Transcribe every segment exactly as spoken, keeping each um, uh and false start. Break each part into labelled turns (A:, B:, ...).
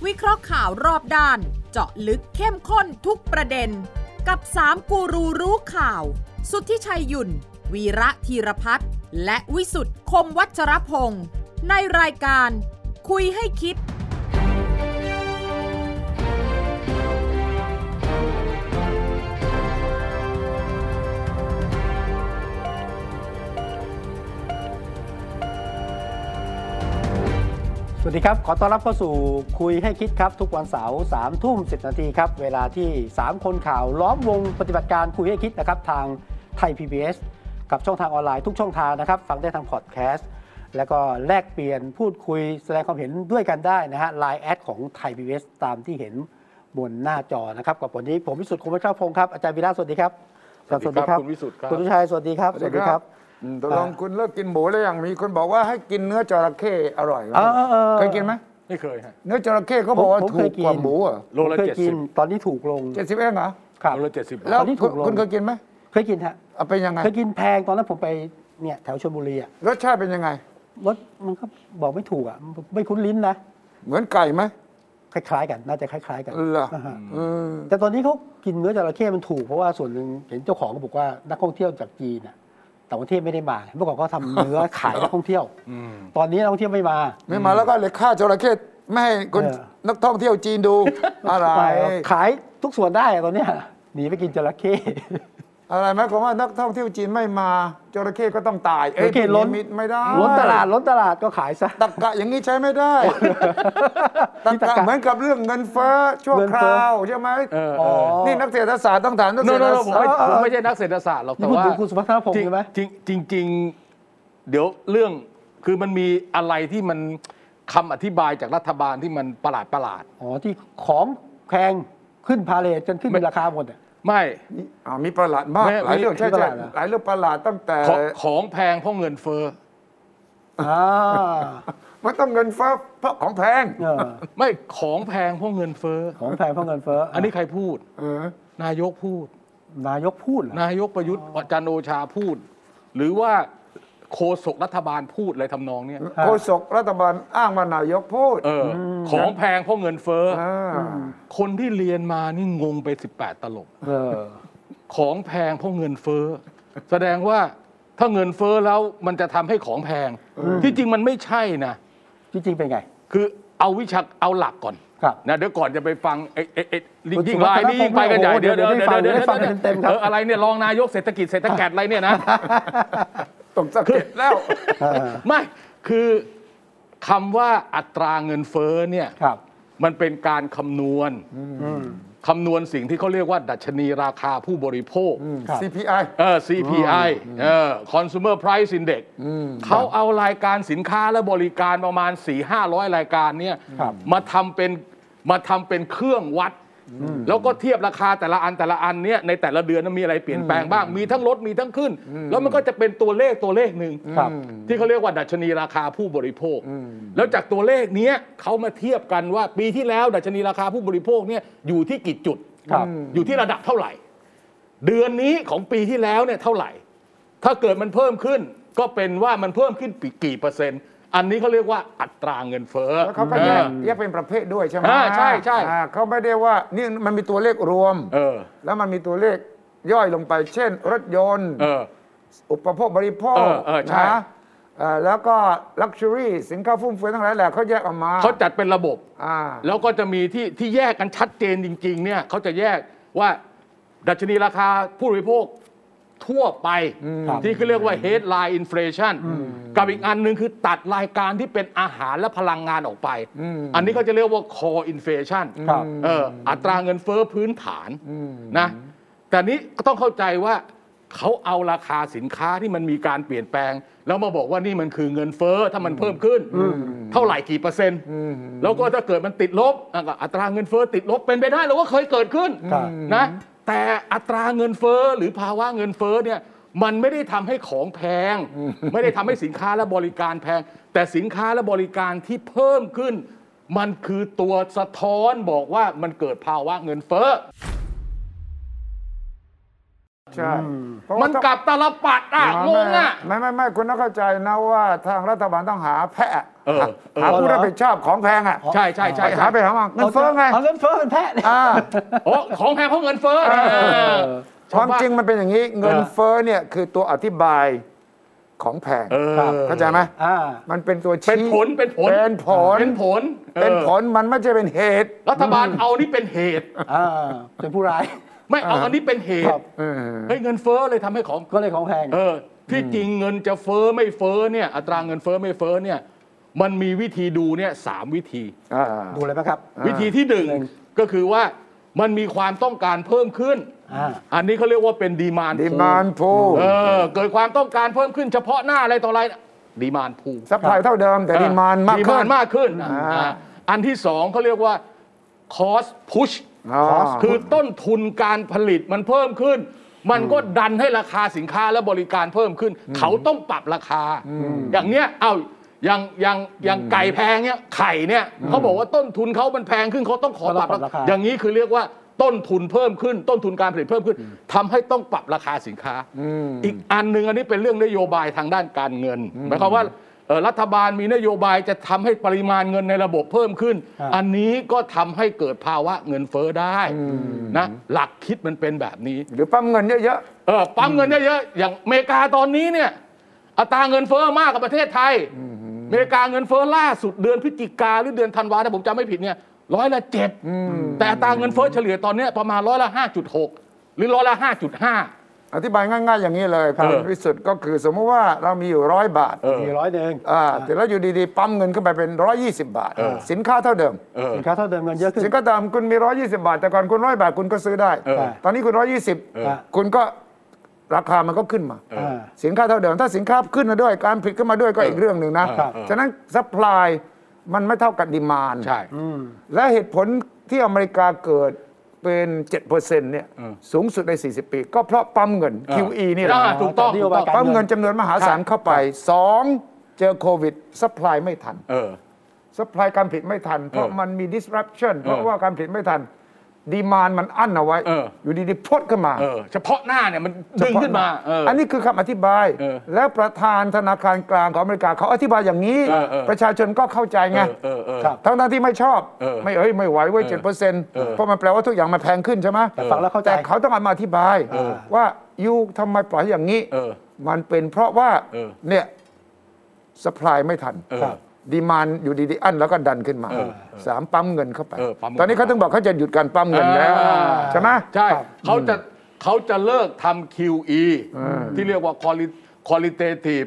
A: วิเคราะห์ข่าวรอบด้านเจาะลึกเข้มข้นทุกประเด็นกับสามกูรูรู้ข่าวสุทธิชัยหยุ่นวีระธีรพัฒน์และวิสุทธ์คมวัชรพงศ์ในรายการคุยให้คิด
B: สวัสดีครับขอต้อนรับเข้าสู่คุยให้คิดครับทุกวันเสาร์สามทุ่มสิบนาทีครับเวลาที่สามคนข่าวล้อมวงปฏิบัติการคุยให้คิดนะครับทางไทย พี บี เอส กับช่องทางออนไลน์ทุกช่องทางนะครับฟังได้ทางพอดแคสต์แล้วก็แลกเปลี่ยนพูดคุยแสดงความเห็นด้วยกันได้นะฮะ ไลน์ แอดของไทย พี บี เอส ตามที่เห็นบนหน้าจอนะครับกับวันนี้ผมวิสุทธิ์คมวัชรพงศ์ครับอาจารย์วีระสวัสดีครับ
C: สวัสดีครับคุณวิสุทธิ์ครับ
B: คุณทุชัยสวัสดีครับ
D: สวัสดีครับตกลงคุณเลิกกินหมูแล้วยังมีคนบอกว่าให้กินเนื้อจระเข้อร่อยเคยกินไหม
C: ไม่เคยฮะ
D: เนื้อจระเข้เขาบอกว่าถูกกว่าหมูอ่ะ
C: โลละเจ็ดสิบ
B: ตอนนี้ถูกลง
D: เจ็ดสิบเองเหรอ
B: ครับ
C: โลละเจ็ดสิบ
D: แล้วคุณเคยกินไหม
B: เคยกินฮะ
D: เป็นยังไง
B: เคยกินแพงตอนนั้นผมไปเนี่ยแถวชลบุรีอ่ะ
D: รสชาติเป็นยังไง
B: รสมันก็บอกไม่ถูกอ่ะไม่คุ้นลิ้นนะ
D: เหมือนไก่ไหม
B: คล้ายๆกันน่าจะคล้ายๆกัน
D: เหรอ
B: แต่ตอนนี้เขากินเนื้อจระเข้มันถูกเพราะว่าส่วนหนึ่งเห็นเจ้าของบอกว่านักท่องเที่ยวจากจีนอ่ะต่างประเทศไม่ได้มาเมื่อก่อนเขาทำเนื้อขายนักท่องเที่ยวตอนนี้นักท่องเที่ยวไม่มา
D: ไม่มาแล้วก็เลยฆ่าจระเข้ไม่ให้คนนักท่องเที่ยวจีนดูอะไร
B: ขายทุกส่วนได้ตอนนี้หนีไปกินจระเข้
D: อะไรไหมผมว่านักท่องเที่ยวจีนไม่มาจระเข้ก็ต้องตาย
B: เอ้ยล้น
D: ไม่ได้
B: ล้นตลาดล้นตลาดก็ขายซะ
D: ตะกะอย่างนี้ใช้ไม่ได้ตะกะเหมือนกับเรื่องเงินเฟ้อชั่วคราวใช่ไหมนี่นักเศรษฐศาสตร์ต้องถามนักเศรษฐศาสตร์
C: ผมไม่ใช่นักเศรษฐศาสตร์หรอกแต่ว่า
B: คุณสุพัฒนพงศ์ใช่ไหม
C: จริงจริงเดี๋ยวเรื่องคือมันมีอะไรที่มันคำอธิบายจากรัฐบาลที่มันประหลาดประหลาด
B: อ๋อที่ของแพงขึ้นพาเลทจนขึ้นราคาหมด
C: ไม่
D: มีประหลาดมากหลายเรื่องใช่ใช่หลายเรื่องประหลาดตั้งแต่
C: ของแพงเพราะเงินเฟ้อ
D: มันต้องเงินเฟ้อเพราะของแพง
C: ไม่ของแพงเพราะเงินเฟ้อ
B: ของแพงเพราะเงินเฟ้อ
C: อันนี้ใครพูดนายกพูด
B: นายกพูด
C: นายกประยุทธ์จันทร์โอชาพูดหรือว่าโฆษกรัฐบาลพูดอะไรทำนองนี้
D: โฆษกรัฐบาลอ้างว่านายกพูด
C: ของแพงเพราะเงินเฟ้อคนที่เรียนมานี่งงไปสิบแปดตลบของแพงเพราะเงินเฟ้อแสดงว่าถ้าเงินเฟ้อแล้วมันจะทำให้ของแพงที่จริงมันไม่ใช่นะ
B: จริงๆเป็นไง
C: คือเอาวิชาเอาหลักก่อนนะเดี๋ยวก่อนจะไปฟังไอ้ไอ้ยิ่งไลน์นี่ยิ่งไปกันใหญ่เดี๋ยวเดี๋ยวเดี๋ยวเดี๋ยวเอออะไรเนี่ยรองนายกเศรษฐกิจเศรษฐกิจอะไรเนี่ยนะ
D: ต้องสังเกตแล้ว
C: ไม่คือคำว่าอัตราเงินเฟ้อเนี่ยมันเป็นการคำนวณคำนวณสิ่งที่เขาเรียกว่าดัชนีราคาผู้บริโภค
D: ซี พี ไอ
C: เออ ซี พี ไอ เออ Consumer Price Index เขาเอารายการสินค้าและบริการประมาณ สี่ห้าร้อย รายการเนี่ยมาทำเป็นมาทำเป็นเครื่องวัดแล้วก็เทียบราคาแต่ละอันแต่ละอันเนี่ยในแต่ละเดือนมีอะไรเปลี่ยนแปลงบ้างมีทั้งลดมีทั้งขึ้นแล้วมันก็จะเป็นตัวเลขตัวเลขหนึ่งที่เขาเรียกว่าดัชนีราคาผู้บริโภคแล้วจากตัวเลขนี้เขามาเทียบกันว่าปีที่แล้วดัชนีราคาผู้บริโภคเนี่ยอยู่ที่กี่จุดอยู่ที่ระดับเท่าไหร่เดือนนี้ของปีที่แล้วเนี่ยเท่าไหร่ถ้าเกิดมันเพิ่มขึ้นก็เป็นว่ามันเพิ่มขึ้นกี่เปอร์เซ็นต์อันนี้เขาเรียกว่าอัตราเงินเฟ้อ
D: แล้วเขาก็แยกแยกเป็นประเภทด้วยใช่ไหม
C: ใช่ใช่
D: เขาไม่ได้ว่านี่มันมีตัวเลขรวมแล้วมันมีตัวเลขย่อยลงไปเช่นรถยนต์อุปโภคบริโภคนะแล้วก็ลักชัวรี่สินค้าฟุ่มเฟือยทั้งหลายแหละเขาแยกออกมา
C: เขาจัดเป็นระบบแล้วก็จะมีที่ที่แยกกันชัดเจนจริงๆเนี่ยเขาจะแยกว่าดัชนีราคาผู้บริโภคทั่วไปที่เขาเรียกว่า headline inflation กับอีกอันนึงคือตัดรายการที่เป็นอาหารและพลังงานออกไปอันนี้เขาจะเรียกว่า core inflation เอออัตราเงินเฟ้อพื้นฐานนะแต่นี้ก็ต้องเข้าใจว่าเขาเอาราคาสินค้าที่มันมีการเปลี่ยนแปลงแล้วมาบอกว่านี่มันคือเงินเฟ้อถ้ามันเพิ่มขึ้นเท่าไหร่กี่เปอร์เซ็นต์แล้วก็ถ้าเกิดมันติดลบอัตราเงินเฟ้อติดลบเป็นไปได้แล้วว่าเคยเกิดขึ้นนะแต่อัตราเงินเฟ้อหรือภาวะเงินเฟ้อเนี่ยมันไม่ได้ทำให้ของแพงไม่ได้ทำให้สินค้าและบริการแพงแต่สินค้าและบริการที่เพิ่มขึ้นมันคือตัวสะท้อนบอกว่ามันเกิดภาวะเงินเฟ้อ
D: ใช่
C: มันกลับตลปัดอ่ะงงอ่ะ
D: ไม่ไม่ไม่คุณต้องเข้าใจนะว่าทางรัฐบาลต้องหาแพะหาผู้รับผิดชอบของแพงอ่ะ
C: ใช่ใช่ใช่
D: หาไปหามาเงินเฟ้อไง
B: เงินเฟ้อเป็นแพะ
C: โอ้ของแพงเพราะเงินเฟ้อ
D: ความจริงมันเป็นอย่างนี้เงินเฟ้อเนี่ยคือตัวอธิบายของแพงเข้าใจไหมมันเป็นตัวชี้
C: เป็นผลเป็นผล
D: เป็นผล
C: เป็นผล
D: เป็นผลมันไม่ใช่เป็นเหตุ
C: รัฐบาลเอานี่เป็นเหตุ
B: เป็นผู้ร้าย
C: ไม่เอาอันนี้เป็นเหตุเฮ้ยเงินเฟ้อเลยทำให้ของ
B: ก็เลยของแพง
C: เออที่จริงเงินจะเฟ้อไม่เฟ้อเนี่ยอัตราเงินเฟ้อไม่เฟ้อเนี่ยมันมีวิธีดูเนี่ยสามวิธี
B: ดูเลยไหมครับ
C: วิธีที่หนึ่งก็คือว่ามันมีความต้องการเพิ่มขึ้นอันนี้เขาเรียกว่าเป็นดีมานด์
D: ดีมานด์พูล
C: เออเกิดความต้องการเพิ่มขึ้นเฉพาะหน้าอะไรต่ออะไรดีมานด์พูล
D: ซัพพลายเท่าเดิมแต่ดีมานด์มากขึ้น
C: มากขึ้นอันที่สองเขาเรียกว่า cost push คือต้นทุนการผลิตมันเพิ่มขึ้นมันก็ดันให้ราคาสินค้าและบริการเพิ่มขึ้นเขาต้องปรับราคาอย่างเนี้ยเอาอย่างอย่างอย่างไก่แพงเนี้ยไข่เนี่ยเขาบอกว่าต้นทุนเขามันแพงขึ้นเขาต้องขอปรับราคาอย่างนี้คือเรียกว่าต้นทุนเพิ่มขึ้นต้นทุนการผลิตเพิ่มขึ้นทำให้ต้องปรับราคาสินค้าอีกอันหนึ่งอันนี้เป็นเรื่องนโยบายทางด้านการเงินหมายความว่ารัฐบาลมีนโยบายจะทำให้ปริมาณเงินในระบบเพิ่มขึ้นอันนี้ก็ทำให้เกิดภาวะเงินเฟ้อได้นะหลักคิดมันเป็นแบบนี้
D: หรือปั๊มเงินเยอะ
C: ๆเออปั๊มเงินเยอะๆอย่างอเมริกาตอนนี้เนี่ยอัตราเงินเฟ้อมากกว่าประเทศไทยอเมริกาเงินเฟ้อล่าสุดเดือนพฤศจิกาหรือเดือนธันวาถ้าผมจำไม่ผิดเนี่ยร้อยละเจ็ดแต่อัตราเงินเฟ้อเฉลี่ยตอนนี้ประมาณร้อยละห้าจุดหกหรือร้อยละห้าจุดห้า
D: อธิบายง่ายๆอย่างนี้เลยคุณวิสุทธ์ก็คือสมมติว่าเรามีอยู่ร้อยบาท
B: มีร้อยเดิม
D: แต่แล้วอยู่ดีๆปั๊มเงินขึ้นไปเป็นร้อยยี่สิบบาทสินค้าเท่าเดิม
B: สินค้าเท่าเดิมเงินเยอะขึ้น
D: สินค้าเดิมคุณมีร้อยยี่สิบบาทแต่ก่อนคุณร้อยบาทคุณก็ซื้อได้ตอนนี้คุณร้อยยี่สิบคุณก็ราคามันก็ขึ้นมาสินค้าเท่าเดิมถ้าสินค้าขึ้นมาด้วยการผลิตขึ้นมาด้วยก็อีกเรื่องหนึ่งนะฉะนั้นซัพพลายมันไม่เท่ากับดีมานด์
C: ใช่
D: และเหตุผลที่อเมริกาเกิดเป็น เจ็ดเปอร์เซ็นต์ เนี่ยสูงสุดในสี่สิบปีก็เพราะปั๊มเงิน คิว อี นี่แหละ
C: ถูกต้อง
D: ปั๊มเงินจำนวนมหาศาลเข้าไปสองเจอโควิดซัพพลายไม่ทันซัพพลายการผลิตไม่ทันเพราะมันมี disruption เพราะว่าการผลิตไม่ทันดีมานด์มันอั้นเอาไว้อยู่ดีๆพดขึ้นมา
C: เฉพาะหน้าเนี่ยมันดึงขึ้นมา
D: อันนี้คือคำอธิบายแล้วประธานธนาคารกลางของอเมริกาเขาอธิบายอย่างนี้ประชาชนก็เข้าใจไงทั้งนั้นที่ไม่ชอบไม่เอ้ยไม่ไหวเว้ย เจ็ดเปอร์เซ็นต์ เพราะมันแปลว่าทุกอย่างมันแพงขึ้นใช่ไหม
B: ฟังแล้วเข้าใจ
D: แต่เขาต้องมาอธิบายว่ายูทำไมปล่อยอย่างนี้มันเป็นเพราะว่าเนี่ยซัพพลายไม่ทันดีมานด์อยู่ดีๆอั้นแล้วก็ดันขึ้นมาสามปั๊มเงินเข้าไปตอนนี้เขาถึงบอกเขาจะหยุดการปั๊มเงินแล้วใช่ไหม
C: ใช่เขาจะเขาจะเลิกทำ คิว อี ที่เรียกว่า qualitative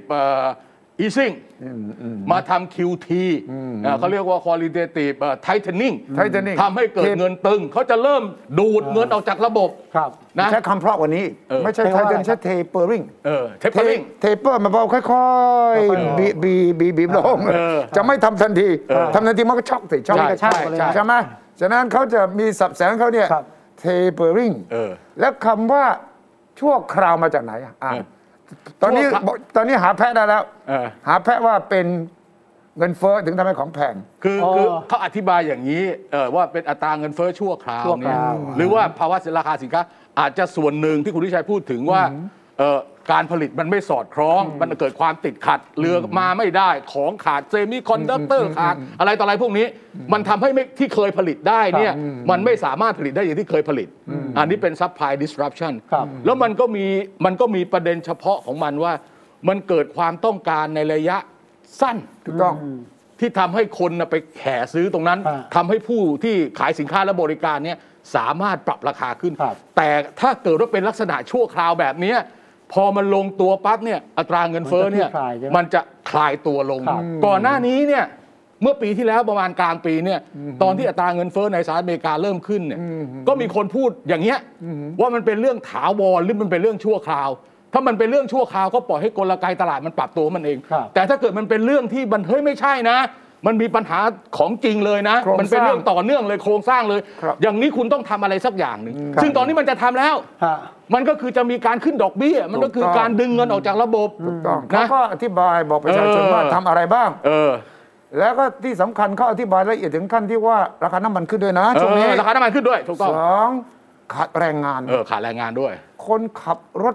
C: easing มาทำ คิว ที เขาเรียกว่า qualitative tightening ทำให้เกิดเงินตึงเขาจะเริ่มดูดเงินออกจากระบบ
D: นะใช้คำเพราะกว่านี้ไม่ใช่ tightening ใช้ tapering
C: tapering
D: taper มาเบาค่อยๆบีบีบีบีลงจะไม่ทำทันทีทำทันทีมันก็ช็อกสิช็อกใช่ไหมฉะนั้นเขาจะมีสับแสงเขาเนี่ย tapering แล้วคำว่าชั่วคราวมาจากไหนอ่ะตอนนี้ตอนนี้หาแพะได้แล้วหาแพะว่าเป็นเงินเฟ้อถึงทำให้ของแพง
C: คือคือเขาอธิบายอย่างนี้ว่าเป็นอัตราเงินเฟ้อชั่วคราวเนี่ยหรือว่าภาวะราคาสินค้าอาจจะส่วนหนึ่งที่คุณวิชัยพูดถึงว่าการผลิตมันไม่สอดคล้องมันเกิดความติดขัดเรือมาไม่ได้ของขาดเซมิคอนดักเตอร์ขาดอะไรต่ออะไรพวกนี้มันทำให้ที่เคยผลิตได้เนี่ยมันไม่สามารถผลิตได้อย่างที่เคยผลิตอันนี้เป็น supply disruption แล้วมันก็มีมันก็มีประเด็นเฉพาะของมันว่ามันเกิดความต้องการในระยะสั้น
D: ถูกต้อง
C: ที่ทำให้คนไปแห่ซื้อตรงนั้นทำให้ผู้ที่ขายสินค้าและบริการเนี่ยสามารถปรับราคาขึ้นแต่ถ้าเกิดว่าเป็นลักษณะชั่วคราวแบบนี้พอมันลงตัวปั๊บเนี่ยอัตราเงินเฟ้อเนี่ยมันจะคลายตัวลงก่อนหน้านี้เนี่ยเมื่อปีที่แล้วประมาณกลางปีเนี่ยตอนที่อัตราเงินเฟ้อในสหรัฐอเมริกาเริ่มขึ้นเนี่ยก็มีคนพูดอย่างเงี้ยว่ามันเป็นเรื่องถาวรหรือมันเป็นเรื่องชั่วคราวถ้ามันเป็นเรื่องชั่วคราวก็ปล่อยให้กลไกตลาดมันปรับตัวมันเองแต่ถ้าเกิดมันเป็นเรื่องที่มันเฮ้ยไม่ใช่นะมันมีปัญหาของจริงเลยนะมันเป็นเรื่องต่อเนื่องเลยโครงสร้างเลยอย่างนี้คุณต้องทำอะไรสักอย่างหนึ่งซึ่งตอนนี้มันจะทำแล้วมันก็คือจะมีการขึ้นดอกเบี้ยมันก็คือการดึงเงินออกจากระบบ
D: ถูกต้องเขาก็อธิบายบอกประชาชนว่าทำอะไรบ้างแล้วก็ที่สำคัญเขาอธิบายละเอียดถึงขั้นที่ว่าราคาน้ำมันขึ้นด้วยนะช่วงนี้
C: ราคาน้ำมันขึ้นด้วยถูกต้อง
D: สองขาดแรงงาน
C: เออขาดแรงงานด้วย
D: คนขับรถ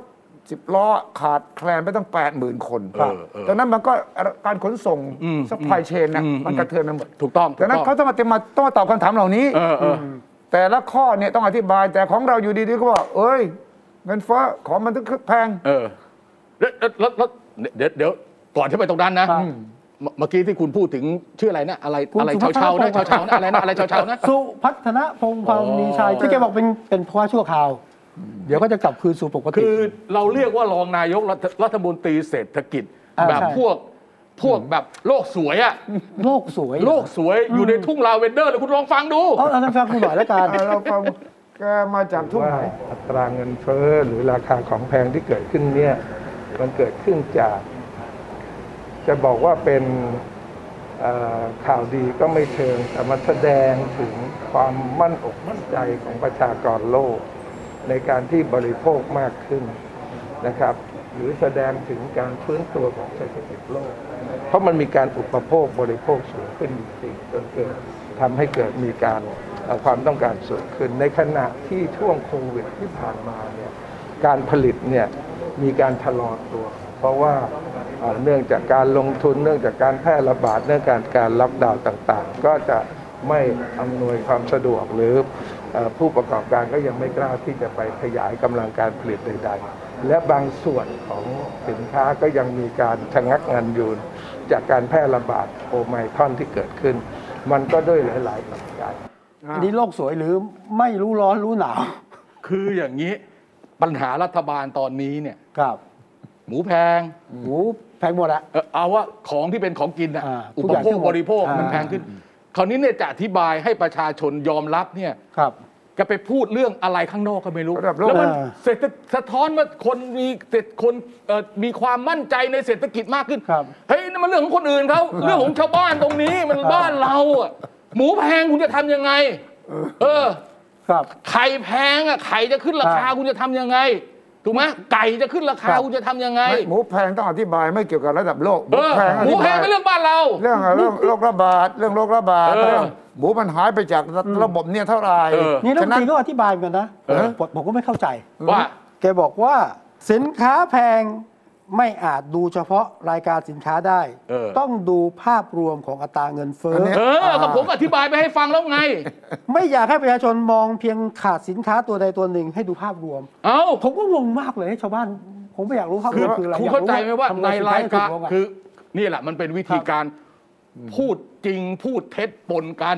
D: สิบล้อขาดแคลนไปตั้งแปดหมื่นคนดังนั้นมันก็การขนส่งซัพพลายเชนนะมันกระเทือนไปหมด
C: ถูกต้อง
D: ดังนั้นเขาต้องมาเต็มมาต้องมาตอบคำถามเหล่านี้แต่ละข้อเนี่ยต้องอธิบายแต่ของเราอยู่ดีๆก็บอกเอ้ยเงินฟ้าของมันต้องแพง
C: เออแล้วแล้วเดี๋ยวเดี๋ยวก่อนที่ไปตรงนั้นนะเมื่อกี้ที่คุณพูดถึงชื่ออะไรนะอะไรอะไรชาวชาวนะชาวชาวนะอะไรนะอะไรชาวชาวนะ
B: สุพัฒนพงษ์ความมีชัยที่แกบอกเป็นเป็นเพราะชั่วคราวเดี๋ยวก็จะกลับคืนสู่ปกติ
C: คือเราเรียกว่ารองนายกรัฐมนตรีเศรษฐกิจแบบพวกพวกแบบโลกสวยอะ
B: โลกสวย
C: โลกสวยอยู่ในทุ่งลาเวนเดอร์เลยคุณลองฟังดู
B: เอาเราฟังคุณหน่อยแล้วกัน
D: เราฟังแกมาจากทุ่งไหน
E: อัตราเงินเฟ้อหรือราคาของแพงที่เกิดขึ้นเนี่ยมันเกิดขึ้นจากจะบอกว่าเป็นข่าวดีก็ไม่เชิงแต่มันแสดงถึงความมั่นอกมั่นใจของประชากรโลกในการที่บริโภคมากขึ้นนะครับหรือแสดงถึงการฟื้นตัวของเศรษฐกิจโลกเพราะมันมีการอุปโภคบริโภคสูงขึ้นจริงๆจนเกิดทำให้เกิดมีการความต้องการสูงขึ้นในขณะที่ช่วงโควิดที่ผ่านมาเนี่ยการผลิตเนี่ยมีการชะลอตัวเพราะว่าเนื่องจากการลงทุนเนื่องจากการแพร่ระบาดเนื่องจากการล็อกดาวน์ต่างๆก็จะไม่อำนวยความสะดวกหรือผู้ประกอบการก็ยังไม่กล้าที่จะไปขยายกำลังการผลิตใดๆและบางส่วนของสินค้าก็ยังมีการชะงักงันยืนจากการแพร่ระบาดโอไมครอนที่เกิดขึ้นมันก็ด้วยหลายๆปัจจัย
B: อันนี้โลกสวยหรือไม่รู้ร้อนรู้หนาว
C: คืออย่างนี้ปัญหารัฐบาลตอนนี้เนี่ย
B: ครับ
C: หมูแพง
B: หมูแพงหมดอะ
C: เอาว่าของที่เป็นของกินอะอุปโภคบริโภคมันแพงขึ้นคราวนี้เนี่ยจะอธิบายให้ประชาชนยอมรับเนี่ย
B: ครับ
C: ก็ไปพูดเรื่องอะไรข้างนอกก็ไม่รู้แล้วมันเศรษฐสะท้อนว่าคนมีเศรษฐคนมีความมั่นใจในเศรษฐกิจมากขึ้นเฮ้ยนั่นมันเรื่องของคนอื่นเขาเรื่องของชาวบ้านตรงนี้มันบ้านเราอะหมูแพงคุณจะทำยังไงเออ
B: ครับ
C: ไข่แพงอะไข่จะขึ้นราคาคุณจะทำยังไงถูกไหมไก่จะขึ้นราคาคุณจะทำยังไง
D: หมูแพงต้องอธิบายไม่เกี่ยวกับระดับโลก
C: หมูแพงหมูแพงเป็นเรื่องบ้านเรา
D: เรื่องเรื่องโรคระบาดเรื่องโรคระบาดเรื่องหมูมันหายไปจากระบบเนี่ยเท่าไหร่
B: นี่รัฐมนตรีก็อธิบายกันนะผมก็ไม่เข้าใจ
C: ว่า
B: แกบอกว่าสินค้าแพงไม่อาจดูเฉพาะรายการสินค้าได้ต้องดูภาพรวมของอัตราเงินเฟ้อ
C: เออก็ผมอธิบายไปให้ฟังแล้วไง
B: ไม่อยากให้ประชาชนมองเพียงขาดสินค้าตัวใดตัวหนึ่งให้ดูภาพรวม
C: เอ้า
B: ผมก็งงมากเลยให้ชาวบ้านผมไม่อยากรู้ภาพรวมคืออะไร
C: คุณเข้าใจไหมว่าในรายการคือนี่แหละมันเป็นวิธีการพูดจริงพูดเท็จปนกัน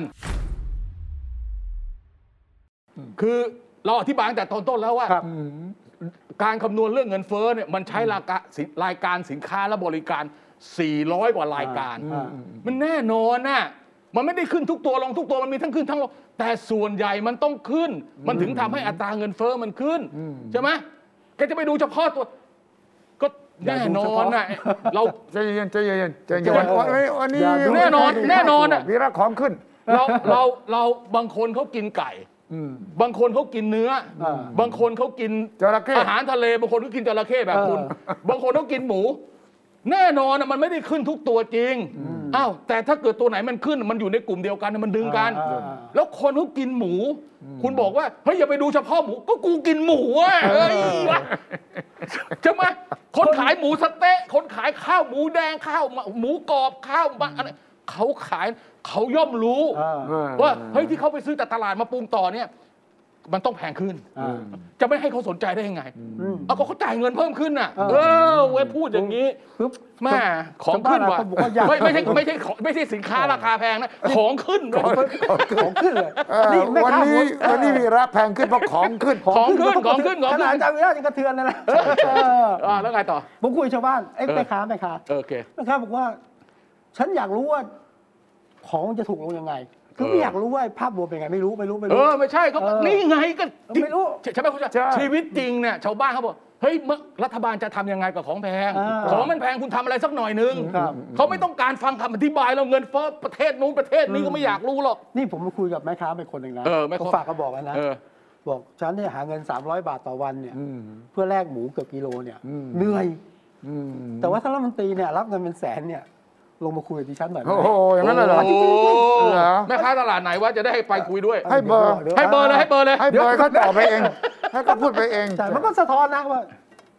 C: คือเราอธิบายตั้งแต่ตอนต้นแล้วว่าการคำนวณเรื่องเงินเฟ้อเนี่ยมันใช้รายการรายการสินค้าและบริการสี่ร้อยกว่ารายการมันแน่นอนน่ะมันไม่ได้ขึ้นทุกตัวลงทุกตัวมันมีทั้งขึ้นทั้งลงแต่ส่วนใหญ่มันต้องขึ้นมันถึงทำให้อัตราเงินเฟ้อมันขึ้นใช่ไหมแกจะไปดูเฉพาะตัวก็แน่นอนน่ะเรา
D: ใจเย็นใจเย็นใจเย็นวันนี้
C: แน่นอนแน่นอนอ่ะ
D: วีระของขึ้น
C: เราเราเราบางคนเขากินไก่บางคนเขากินเนื้อบางคนเขากินอาหารทะเลบางคนเขากินจระเข้แบบคุณบางคนเขากินหมูแน่นอนมันไม่ได้ขึ้นทุกตัวจริงอ้าวแต่ถ้าเกิดตัวไหนมันขึ้นมันอยู่ในกลุ่มเดียวกันมันดึงกันแล้วคนเขากินหมูคุณบอกว่าเฮ้ยอย่าไปดูเฉพาะหมูก็กูกินหมูอ่ะเฮ้ยใช่ไหมคนขายหมูสเต๊ะคนขายข้าวหมูแดงข้าวหมูกรอบข้าวอะไรเขาขายเขาย่อมรู้ว่าเฮ้ยที่เขาไปซื้อจากตลาดมาปรุงต่อเนี่ยมันต้องแพงขึ้นจะไม่ให้เขาสนใจได้ยังไงเอาก็เขาจ่ายเงินเพิ่มขึ้นน่ะเออเว้ยพูดอย่างนี้แม่ของขึ้นว่ะไม่ไม่ใช่ไม่ใช่ไม่ใช่สินค้าราคาแพงนะของขึ้น
B: ของขึ้นเลย
D: วันนี้วันนี้มีราคาแพงขึ้นเพราะของขึ้น
C: ของขึ้นของขึ้น
B: ขนาดจำไม่ได้ยังกระเทือนเลยนะ
C: แล้วไงต่อ
B: ผมคุยชาวบ้านไอ้แม่ค้าแม่ค้า
C: โอเค
B: แม่ค้าบอกว่าฉันอยากรู้ว่าของจะถูกลงยังไงคือไม่อยากรู้ว่าภาพรวมเป็นไงไม่รู้ไม่รู้ไม่รู้
C: เออไม่ใช่เขานี่ไงก็ไม่รู้ใช่ไหมคุณชีวิตจริงเนี่ยชาวบ้านเขาบอกเฮ้ยรัฐบาลจะทำยังไงกับของแพงของมันแพงคุณทำอะไรสักหน่อยนึงเขาไม่ต้องการฟังคำอธิบายแล้วเงินเฟ้อประเทศนู้นประเทศนี้ก็ไม่อยากรู้หรอก
B: นี่ผมมาคุยกับแม่ค้าเป็นคนหนึ่งนะเขาฝากเขาบอกนะบอกฉันเนี่ยหาเงินสามร้อยบาทต่อวันเนี่ยเพื่อแลกหมูเกือบกิโลเนี่ยเหนื่อยแต่ว่าถ้ารัฐมนตรีเนี่ยรับเงินเป็นแสนเนี่ยลงมาคุยกับดิฉันหน่อย
D: โอ้โหอย่างนั้นเลยเหรอ
C: แม่ค้าตลาดไหนว่าจะได้ไปคุยด้วย
D: ให้เบอร์
C: ให้เบอร์เลยให้เบอร์เลย
D: ให้เบอร์เขาตอบไปเองให้เขาพูดไปเอง
B: แต่มันก็สะท้อนนะว่า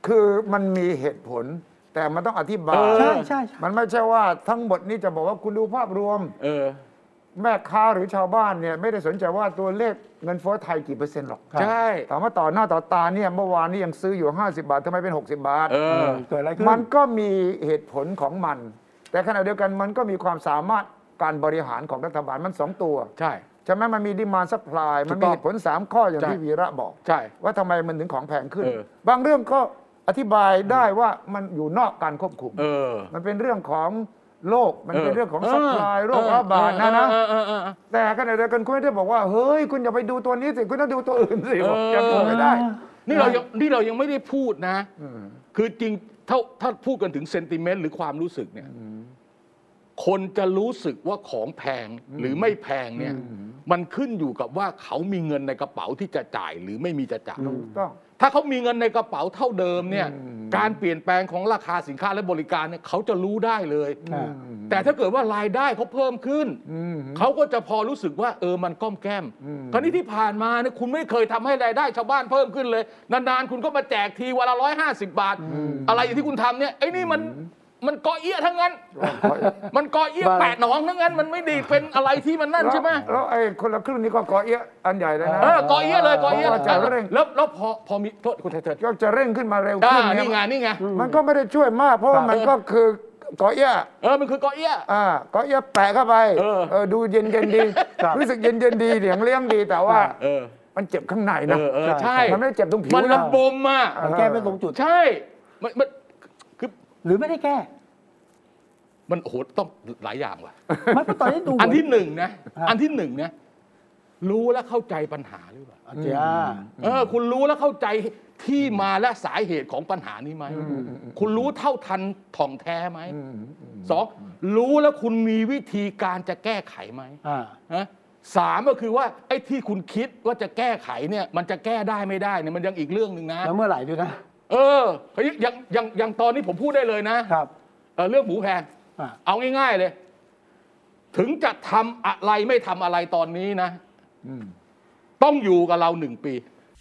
D: คือมันมีเหตุผลแต่มันต้องอธิบาย
B: ใช่ใช่
D: มันไม่ใช่ว่าทั้งหมดนี่จะบอกว่าคุณดูภาพรวม
C: เออ
D: แม่ค้าหรือชาวบ้านเนี่ยไม่ได้สนใจว่าตัวเลขเงินเฟ้อไทยกี่เปอร์เซ็นต์หรอก
C: ใช่
D: ถามว่าต่อหน้าต่อตาเนี่ยเมื่อวานนี้ยังซื้ออยู่ห้าสิบบาททำไมเป็นหกสิบบาท
C: เออ
B: เกิดอะไรขึ้น
D: มันก็มีเหตุผลของมัน แต่ขณะเดียวกันมันก็มีความสามารถการบริหารของรัฐบาลมันสองตัว
C: ใช่
D: ใช่ไหมมันมีดีมานด์ซัพพลายมัน
C: ถูกต้อง
D: มีเหตุผลสามข้ออย่าง
C: ใช่
D: ที่วีระบอก
C: ใช่
D: ว่าทำไมมันถึงของแพงขึ้น
C: เออ
D: บางเรื่องก็อธิบายได้ว่ามันอยู่นอกการควบคุม
C: เออ
D: มันเป็นเรื่องของโลกมันเป็นเรื่องของ
C: เออ
D: ซัพพลายโรคระบาดนะนะ
C: เออเออเออเออ
D: แต่ขณะเดียวกันคุณไม่ได้บอกว่าเฮ้ยคุณอย่าไปดูตัวนี้สิคุณต้องดูตัวอื่นสิบอก
C: เออ
D: จะพูดไม่ได้
C: นี่เรายังนี่เรายังไม่ได้พูดนะ คือจริงถ้าถ้าพูดกันถึงเซนติเมนต์หรือความรู้สึกเนี่ยคนจะรู้สึกว่าของแพงหรือไม่แพงเนี่ย มันขึ้นอยู่กับว่าเขามีเงินในกระเป๋าที่จะจ่ายหรือไม่มีจะจ่าย
D: ถูกต้อง
C: ถ้าเขามีเงินในกระเป๋าเท่าเดิมเนี่ยการเปลี่ยนแปลงของราคาสินค้าและบริการเนี่ยเขาจะรู้ได้เลย
B: อ่า
C: แต่ถ้าเกิดว่ารายได้เขาเพิ่มขึ้น เขาก็จะพอรู้สึกว่าเออมันก้อมแก้มคราวนี้ที่ผ่านมาเนี่ยคุณไม่เคยทำให้รายได้ชาวบ้านเพิ่มขึ้นเลยนานๆคุณก็มาแจกทีวันละร้อยห้าสิบบาท อะไรอย่างที่คุณทำเนี่ยไอ้นี่มันมันกอเอี้ยทั้งนั้น มันกอเอี้ยแปะหนองทั้งนั้นมันไม่ดีเป็นอะไรที่มันนั่นใช่ไหม
D: แล้วไอ้คนละครึ่งนี่ก็ก่อเอี้ยอันใหญ่เลยนะ
C: เออกอเอี้ยเลยกอเอี้ย
D: พราะว่าจะเร่ง
C: แล้วแล้วพอพอมีโทษคุณเถิด
D: ก็จะเร่งขึ้นมาเร็ว
C: อ่า
D: ขึ้น
C: นี่ไงนี่ไง
D: มันก็ไม่ได้ช่วยมาก เพราะว่ามันก็คือก่อเอี้ย
C: เออมันคือกอเอี้ย
D: อ่าก่อเอี้ยแปะเข้าไป
C: เออ
D: เออดูเย็นเย็นๆดี รู้สึกเย็นเย็นๆดีเหลียงเลี้ยงดีแต่ว่า
C: เออ
D: มันเจ็บข้างใน
C: เอ
D: นะ
C: อเออใช่
D: มันไม่ได้เจ็บตรงผิว
C: มัน
D: นะ
C: ระบมอ่ะ
B: มันแก้ไม่ตรงจุด
C: ใช่มันมันคือ
B: หรือไม่ได้แก้
C: มันโอ้โหต้องหลายอย่างว่ะ
B: ไม่เพราะตอนนี้ดู
C: อันที่หนึ่งนะ
B: ฮะ
C: อันที่หนึ่งเนี่ยรู้และเข้าใจปัญหาหรือเปล่า
B: อาจารย์
C: เออคุณรู้และเข้าใจที่มาและสาเหตุของปัญหานี้ไหมคุณรู้เท่าทันถ่องแท้ไหมสองรู้แล้วคุณมีวิธีการจะแก้ไขไหม
B: อ่า
C: ฮะสามก็คือว่าไอ้ที่คุณคิดว่าจะแก้ไขเนี่ยมันจะแก้ได้ไม่ได้เนี่ยมันยังอีกเรื่องหนึ่งนะ
B: แล้วเมื่อไหร่ด้วยนะ
C: เออเฮ้ยอย่างอย่างอย่างตอนนี้ผมพูดได้เลยนะครับ เออเรื่องหมูแพง
B: อ่า
C: เอาง่ายๆเลย ถึงจะทำอะไรไม่ทำอะไรตอนนี้นะต้องอยู่กับเราหนึ่งปี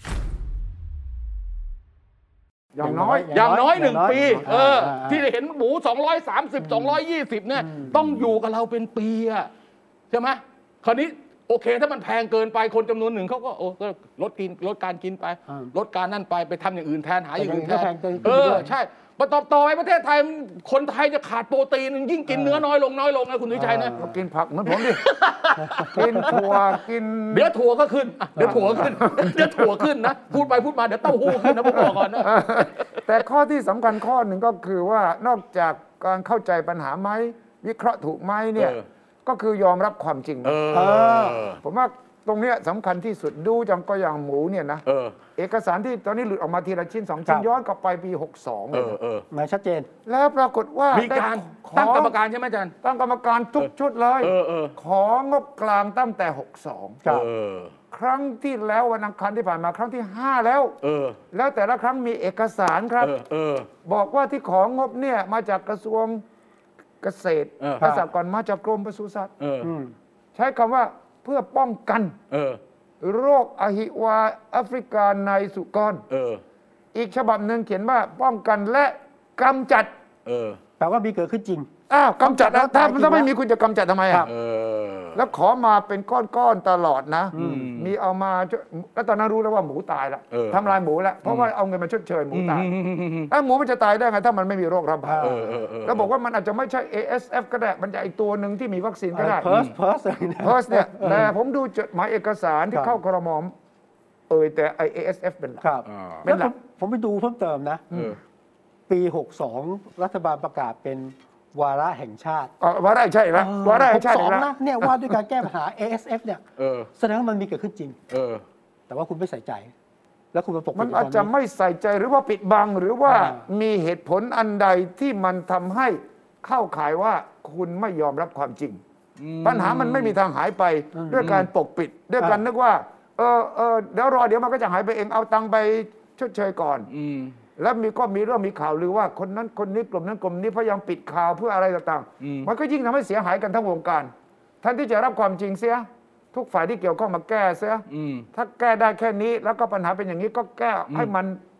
D: อย่างน้อย
C: อย่างน้อยหนึ่งปี
B: อย่างน้อย
C: เออ
B: อ่า
C: ที่เห็นหมูสองร้อยสามสิบ สองร้อยยี่สิบเนี่ยต้องอยู่กับเราเป็นปีอะใช่ไหมคราวนี้โอเคถ้ามันแพงเกินไปคนจำนวนหนึ่งเขาก็โอ้ก็ลดกินลดการกินไป
B: อ่า
C: ลดการนั่นไปไปทำอย่างอื่นแทนหาอย่างอื่นแท
B: แต่
C: น
B: อย่างอื่นก็แพงเกิน
C: เออ
B: ด้วย
C: ใช่มาต่อต่อไปประเทศไทยมันคนไทยจะขาดโปรตีนยิ่งกินเนื้อน้อยลงน้อยลงนะคุณวิชัยนะ
D: ก็กินผักเหมือนผมดิ กินถั่วกิน
C: เดี๋ยวถั่วก็ขึ้นอ่ะเดี๋ยวถั่วขึ้นเดี๋ยวถั่วขึ้นนะพูดไปพูดมาเดี๋ยวเต้าหู้ขึ้นนะผมบอกก่อนนะ
D: แต่ข้อที่สำคัญข้อหนึ่งก็คือว่านอกจากการเข้าใจปัญหาไหมวิเคราะห์ถูกไหมเนี่ย
C: เออ
D: ก็คือยอมรับความจริง
C: เออ
B: เออ
D: ผมว่าตรงเนี้ยสำคัญที่สุดดูจังก็อย่างหมูเนี่ยนะ
C: เออ
D: เอกสารที่ตอนนี้หลุดออกมาทีละชิ้นสองชิ้น
B: ครับ
D: ย้อนกลับไปปีหกสอง
C: เอ
D: เลย
C: อ
D: นะ
C: เออ
B: หมายชัดเจน
D: แล้วปรากฏว่า
C: มีการ
D: ได้
C: ตั้งกรรม
D: ขอ
C: การใช่ไหมอาจารย์
D: ตั้งกรรมการทุกชุดเลย
C: เออเออ
D: ของงบกลางตั้งแต่หกสอง
B: ครับ
C: เออ
D: ครั้งที่แล้ววันอังคารที่ผ่านมาครั้งที่ห้าแล้ว
C: เออ
D: แล้วแต่ละครั้งมีเอกสารครับ
C: เออเออ
D: บอกว่าที่ของงบเนี่ยมาจากกระทรวงเกษตร
C: เออ
D: และสหกรณ์มาจากกรมปศุสัตว์
C: เออ
B: อืม
D: ใช้คำว่าเพื่อป้องกัน
C: เออ
D: โรคอหิวาแอฟริกาในสุกร
C: เออ
D: อีกฉบับหนึ่งเขียนว่าป้องกันและกำจัด
C: เออ
B: แปลว่ามีเกิดขึ้นจริง
D: อ้าวกำจัดนะถ้า
B: จริง
D: ถ้าไม่
B: นะ
D: มีคุณจะกำจัดทำไม
B: ครั
D: อ่ะ
B: บ
C: เออ
D: แล้วขอมาเป็นก้อนๆตลอดนะ
C: อืม
D: มีเอามาช่วยแล้วตอนนั้นรู้แล้วว่าหมูตายแล้ว
C: เออ
D: ทำลายหมูแล้วเพราะว่าเอาเงินมาชดเชยหมูตาย
C: อืม
D: แล้วหมูมันจะตายได้ไงถ้ามันไม่มีโรคระบาด
C: เออเออเออ
D: แล้วบอกว่ามันอาจจะไม่ใช่ เอ เอส เอฟ ก็ได้ มันจะอีกตัวหนึ่งที่มีวัคซีนก็ได้
B: เพิร์สเพิร์สเลยนะ
D: เพิร์สเนี่ยแต่ผมดูจดหมายเอกสารที่
B: ครับ
D: เข้าครมเอ่ยแต่ไอเอสเอฟเป็นหลัก
B: ครับ
C: อ่า
D: เป็
B: แล้ว
D: นหลั
B: ผม
D: ก
B: ผมไปดูเพิ่มเติมนะ
C: เออ
B: ปีหกสองรัฐบาลประกาศเป็นวาระแห่งชาติ
D: อ๋อว่าได้ใช่อีกแล้วว่าได้ใช่
B: ห
D: อี
B: ก
D: ก
B: สอง
D: แล้ว
B: นะเนี่ยว่าด้วยการแก้ปัญหา เอ เอส เอฟ เนี่ย
C: เออ
B: แสดงว่ามันมีเกิดขึ้นจริง
C: เออ
B: แต่ว่าคุณไม่ใส่ใจ แล้วคุณมาปกปิด
D: มัน
B: ยู่
D: อาจ
B: ต
D: จะ
B: นนี้
D: ไม่ใส่ใจหรือว่าปิดบังหรือว่า
B: อ่า
D: มีเหตุผลอันใดที่มันทำให้เข้าข่ายว่าคุณไม่ยอมรับความจริง ปัญหามันไม่มีทางหายไปด้วยการปกปิด ด้วยการนึกว่าเออเออเดี๋ยวรอเดี๋ยวมันก็จะหายไปเองเอาตังค์ไปชดเชยก่อน
C: อืม
D: แล้วมีก็มีเรื่องมีข่าวลือว่าคนนั้นคนนี้กลุ่มนั้นกลุ่มนี้พยายามปิดข่าวเพื่ออะไรต่าง
C: อืม
D: ๆ มันก็ยิ่งทำให้เสียหายกันทั้งวงการแทนที่จะรับความจริงเสียทุกฝ่ายที่เกี่ยวข้องมาแก้เสีย
C: อืม
D: ถ้าแก้ได้แค่นี้แล้วก็ปัญหาเป็นอย่างนี้ก็แก้ให้มัน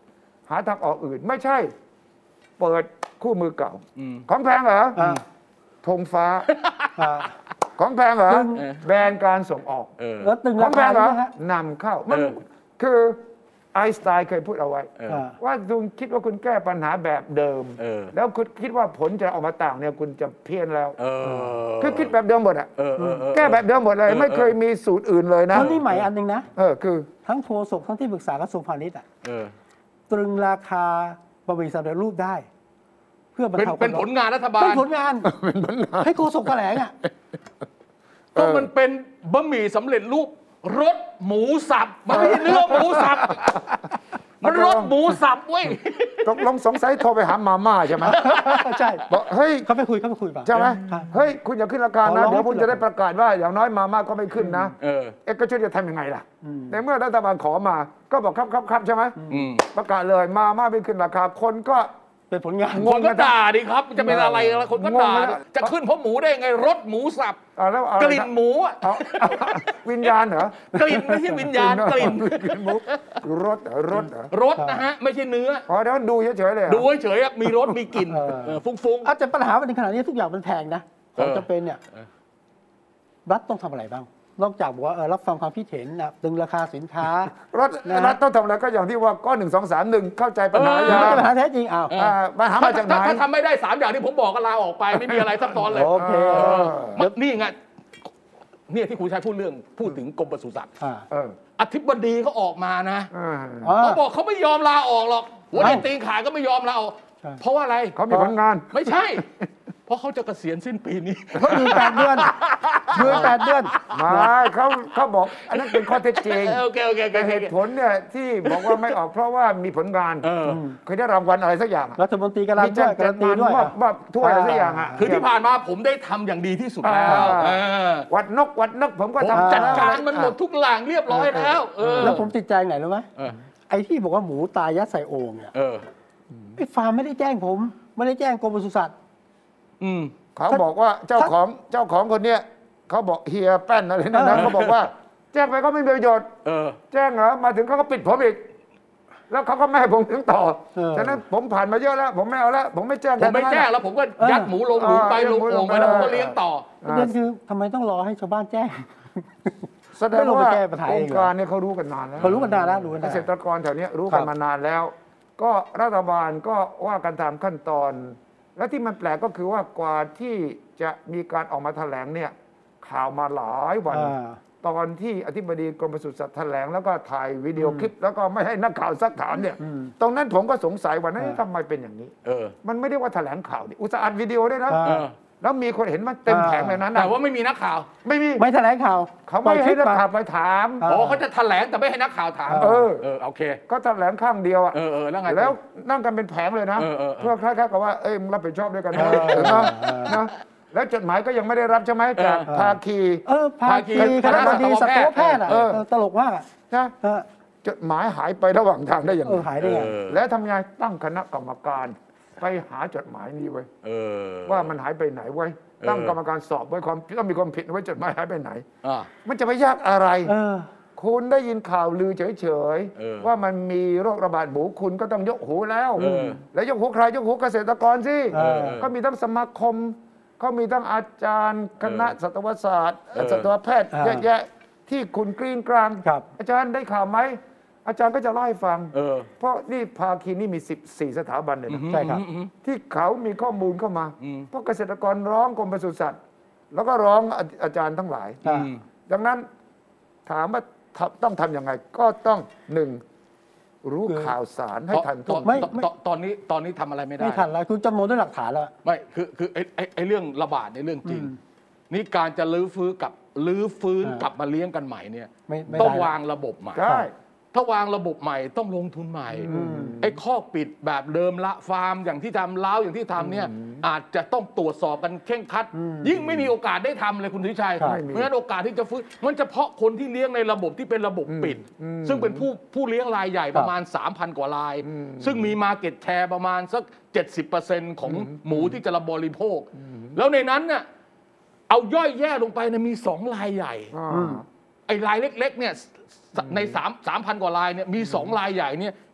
D: หาทางออกอื่นไม่ใช่เปิดคู่มือเก่าของแพงเหรอธงฟ้าของแพงเหรอแบนการส่งออกของแพงเหรอนำเข้ามันคือไอน์สไตน์เคยพูดเอาไว้ว่าคุณคิดว่าคุณแก้ปัญหาแบบเดิมแล้วคุณคิดว่าผลจะออกมาต่างเนี่ยคุณจะเพี้ยนแล้วคือคิดแบบเดิมหมดอ่ะแก้แบบเดิมหมดเลยไม่เคยมีสูตรอื่นเลยนะ
B: แล้วนี่ใหม่อันนึงนะ
D: เออคือ
B: ทั้งโฆษกทั้งที่ปรึกษากระทรวงพาณิชย์อ่ะตรึงราคาบะหมี่สำเร็จรูปได้เพื่อบรรเทา
C: เป็นผลงานรัฐบาล
B: เป็นผลงานให้โฆษกแถลงอ่ะ
C: ก็มันเป็นบะหมี่สำเร็จรูปรสหมูสับมันไม่ใช่เนื้อหมูสับมันรสหมูสับเว้ย
D: ตกลงสงสัยโทรไปหามาม่าใช่ไหม
B: ใช่
D: บอกเฮ้ย
B: เขาไปคุยเขาไปคุยป่ะ
D: ใช่ไหมเฮ้ยคุณอย่าขึ้นราคานะเดี๋ยวคุณจะได้ประกาศว่าอย่างน้อยมาม่าก็ไม่ขึ้นนะเอกชนจะทำยังไงล่ะในเมื่อรัฐบาลขอมาก็บอกครับครับครับใช่ไหมประกาศเลยมาม่าไม่ขึ้นราคาคนก็
B: เป็นผลงาน
C: คนก็ด่าดิครับจะเป็นอะไรแล้วคนก็ด่าจะขึ้นเพราะหมูได้ไงรสหมูสับกลิ่นหมู
D: วิญญาณเหร
C: อกลิ่นไม่ใช่วิญญาณกลิ่น
D: หมูรสรส
C: รสนะฮะไม่ใช่เนื้อ
D: อ๋อเดี๋ยวดูเฉยๆเลย
C: ดูเฉยๆมีรสมีกลิ่นฟุ้ง
B: ๆอาจจะปัญหาในขณะนี้ทุกอย่างมันแพงนะของจำเป็นเนี่ยรัฐต้องทำอะไรบ้างนอกจากบอกว่ารับฟังความคิดเห็นนะดึงราคาสินค้า
D: รัฐรัฐต้องทำอะไรก็อย่างที่ว่าก้อนหนึ่งสองสามหนึ่งเข้าใจปัญหา
B: อย่างปัญหาแท้จริงอ้าว
D: ปัญหามาจากไหน
C: ถ้าทำไม่ได้สามอย่างที่ผมบอกก็ลาออกไปไม่มีอะไรซับซ้อนเลย
B: โอเค
C: นี่ไงเนี่ยที่คุณชัยพูดเรื่องพูดถึงกรมปศุสัตว์อธิบดีเขาออกมานะเขาบอกเขาไม่ยอมลาออกหรอกหัวเด็กตีนขาก็ไม่ยอมลาออกเพราะว่าอะไร
D: เขามีผลงาน
C: ไม่ใช่เพราะเขาจะเกษียณสิ้นปีนี้
B: เขาอยู่แปดเดือนอยู่แปดเดือน
D: ไม่เขาเขาบอกอันนั้นเป็นข้อเท็จจริง
C: โอเคโอเค
D: แต่เหตุผลเนี่ยที่บอกว่าไม่ออกเพราะว่ามีผลงานเคยได้รางวัลอะไรสักอย่าง
B: รัฐมนตรีการันตีการันตีด้วย
D: ว่าถ้วยอะไรสักอย่างอ่ะ
C: คือที่ผ่านมาผมได้ทำอย่างดีที่สุดแล้ว
D: วัดนกวัดนกผมก็ทำ
C: จัดการมันหมดทุกหลังเรียบร้อยแล้ว
B: แล้วผมติดใจไหนรู้ไหมไอ้ที่บอกว่าหมูตายยัดใส่โอ่งเนี่ยไอ้ฟาร์มไม่ได้แจ้งผมไม่ได้แจ้งกรมปศุสัตว์
D: เขาบอกว่าเจ้าของเจ้าของคนเนี้ยเขาบอกเฮียแป้นอะไรนั่นนะเขาบอกว่าแจ้งไปก็ไม่มีประโยชน์แจ้งเหรอมาถึงเขาก็ปิดผมอีกแล้วเขาก็ไม่ให้ผมถึงต่อฉะนั้นผมผ่านมาเยอะแล้วผมไม่เอาแล้วผมไม่แจ้ง
C: ผมไม่แจ้งแล้วผมก็ยัดหมูลงหลุมไปลงโอ่งไปแล้วผมก็เลี้ยงต่อ
B: ประเด็นคือทำไมต้องรอให้ชาวบ้านแจ้ง
D: แสดงว่าองค์การเนี่ยเขารู้กันนานแล้ว
B: เขารู้กันนานแล้วรู้กัน
D: เกษตรกรแถวนี้รู้กันมานานแล้วก็รัฐบาลก็ว่ากันตามขั้นตอนและที่มันแปลกก็คือว่ากว่าที่จะมีการออกมาแถลงเนี่ยข่าวมาหลายวันตอนที่อธิบดีกรมปศุสัตว์แถลงแล้วก็ถ่ายวิดีโอคลิปแล้วก็ไม่ให้นักข่าวซักถามเนี่ยตรงนั้นผมก็สงสัยว่าทำไมเป็นอย่างนี้มันไม่ได้ว่าแถลงข่าวดิอุตส่าห์อัดวิดีโอด้วยนะแล้วมีคนเห็นมันเต็มแผงเลยนั้น
C: แต่ว่าไม่มีนักข่าว
D: ไม่มี
B: ไม่แถลงข่าว
D: เขาไม่ให้นักข่าวไปถาม
C: อ๋อเขาจะแถลงแต่ไม่ให้นักข่าวถาม
D: เออ
C: เออโอเค
D: ก็แถลงข้างเดียวอ่ะ
C: เออเออแล้วไง
D: แล้วนั่งกันเป็นแผงเลยนะเพื่อคล้ายๆกับว่าเอ้ยมึงรับผิดชอบด้วยกันนะนะแล้วจดหมายก็ยังไม่ได้รับใช่ไหมจากภาคี
B: เออภาคีคณะบดีสัตวแพทย์อ่ะตลกมาก
D: นะจดหมายหายไประหว่างทางได้อย่างไร
B: หายได้ไง
D: แล้วทำไงตั้งคณะกรรมการไปหาจดหมายนี้ไว้ว่ามันหายไปไหนไว้ตั้งกรรมการสอบไว้ความต้องมีความผิดไว้จดหมายหายไปไหนมันจะไปยากอะไรคุณได้ยินข่าวลือเฉยๆว่ามันมีโรคระบาดหมูคุณก็ต้องยกหูแล้วแล้วยกหูใครยกหูเกษตรกรสิก็มีทั้งสมาคมเขามีทั้งอาจารย์คณะสัตวศาสตร์สัตวแพทย์เยอะแยะที่คุณกรีนกลางอาจารย์ได้ข่าวไหมอาจารย์ก็จะเล่าให้ฟังเพราะนี่ภาคีนี่มีสิบสี่สถาบันเลยนะ
B: ใช่ครับ
D: ที่เขามีข้อมูลเข้ามาเพราะเกษตรกรร้องกรมปศุสัตว์แล้วก็ร้องอาจารย์ทั้งหลายดังนั้นถามว่าต้องทำยังไงก็ต้องหนึ่งรู้ข่าวสารให้ทัน
C: ทุกตอนนี้ตอนนี้ทำอะไรไม่ได้
B: ไม่ทันแล้วคือจำนวนด้วยหลักฐานแล้ว
C: ไม่คือคือไอ้ไอ้เรื่องระบาดในเรื่องจริงนี่การจะลื้อฟื้นกับลื้อฟื้นกลับมาเลี้ยงกันใหม่เนี่ยต้องวางระบบใหม่ถ้าวางระบบใหม่ต้องลงทุนใหม่ไอ้ข้อปิดแบบเดิมละฟาร์มอย่างที่ทำล้าวอย่างที่ทำเนี่ยอาจจะต้องตรวจสอบกันเคร่งครัดยิ่งไม่มีโอกาสได้ทำเลยคุณสุชัยเพราะฉะนั้นโอกาสที่จะฟื้นมันเฉพาะคนที่เลี้ยงในระบบที่เป็นระบบปิดซึ่งเป็นผู้ผู้เลี้ยงรายใหญ่ประมาณ สามพัน กว่ารายซึ่งมีมาร์เก็ตแชร์ประมาณสัก เจ็ดสิบเปอร์เซ็นต์ ของหมูที่จะบริโภคแล้วในนั้นเนี่ยเอาย่อยแย่ลงไปนะมีสองรายใหญ่ไอ้รายเล็กๆเนี่ยในสาม สามพัน กว่ารายเนี่ยมีสองรายใหญ่เนี่ย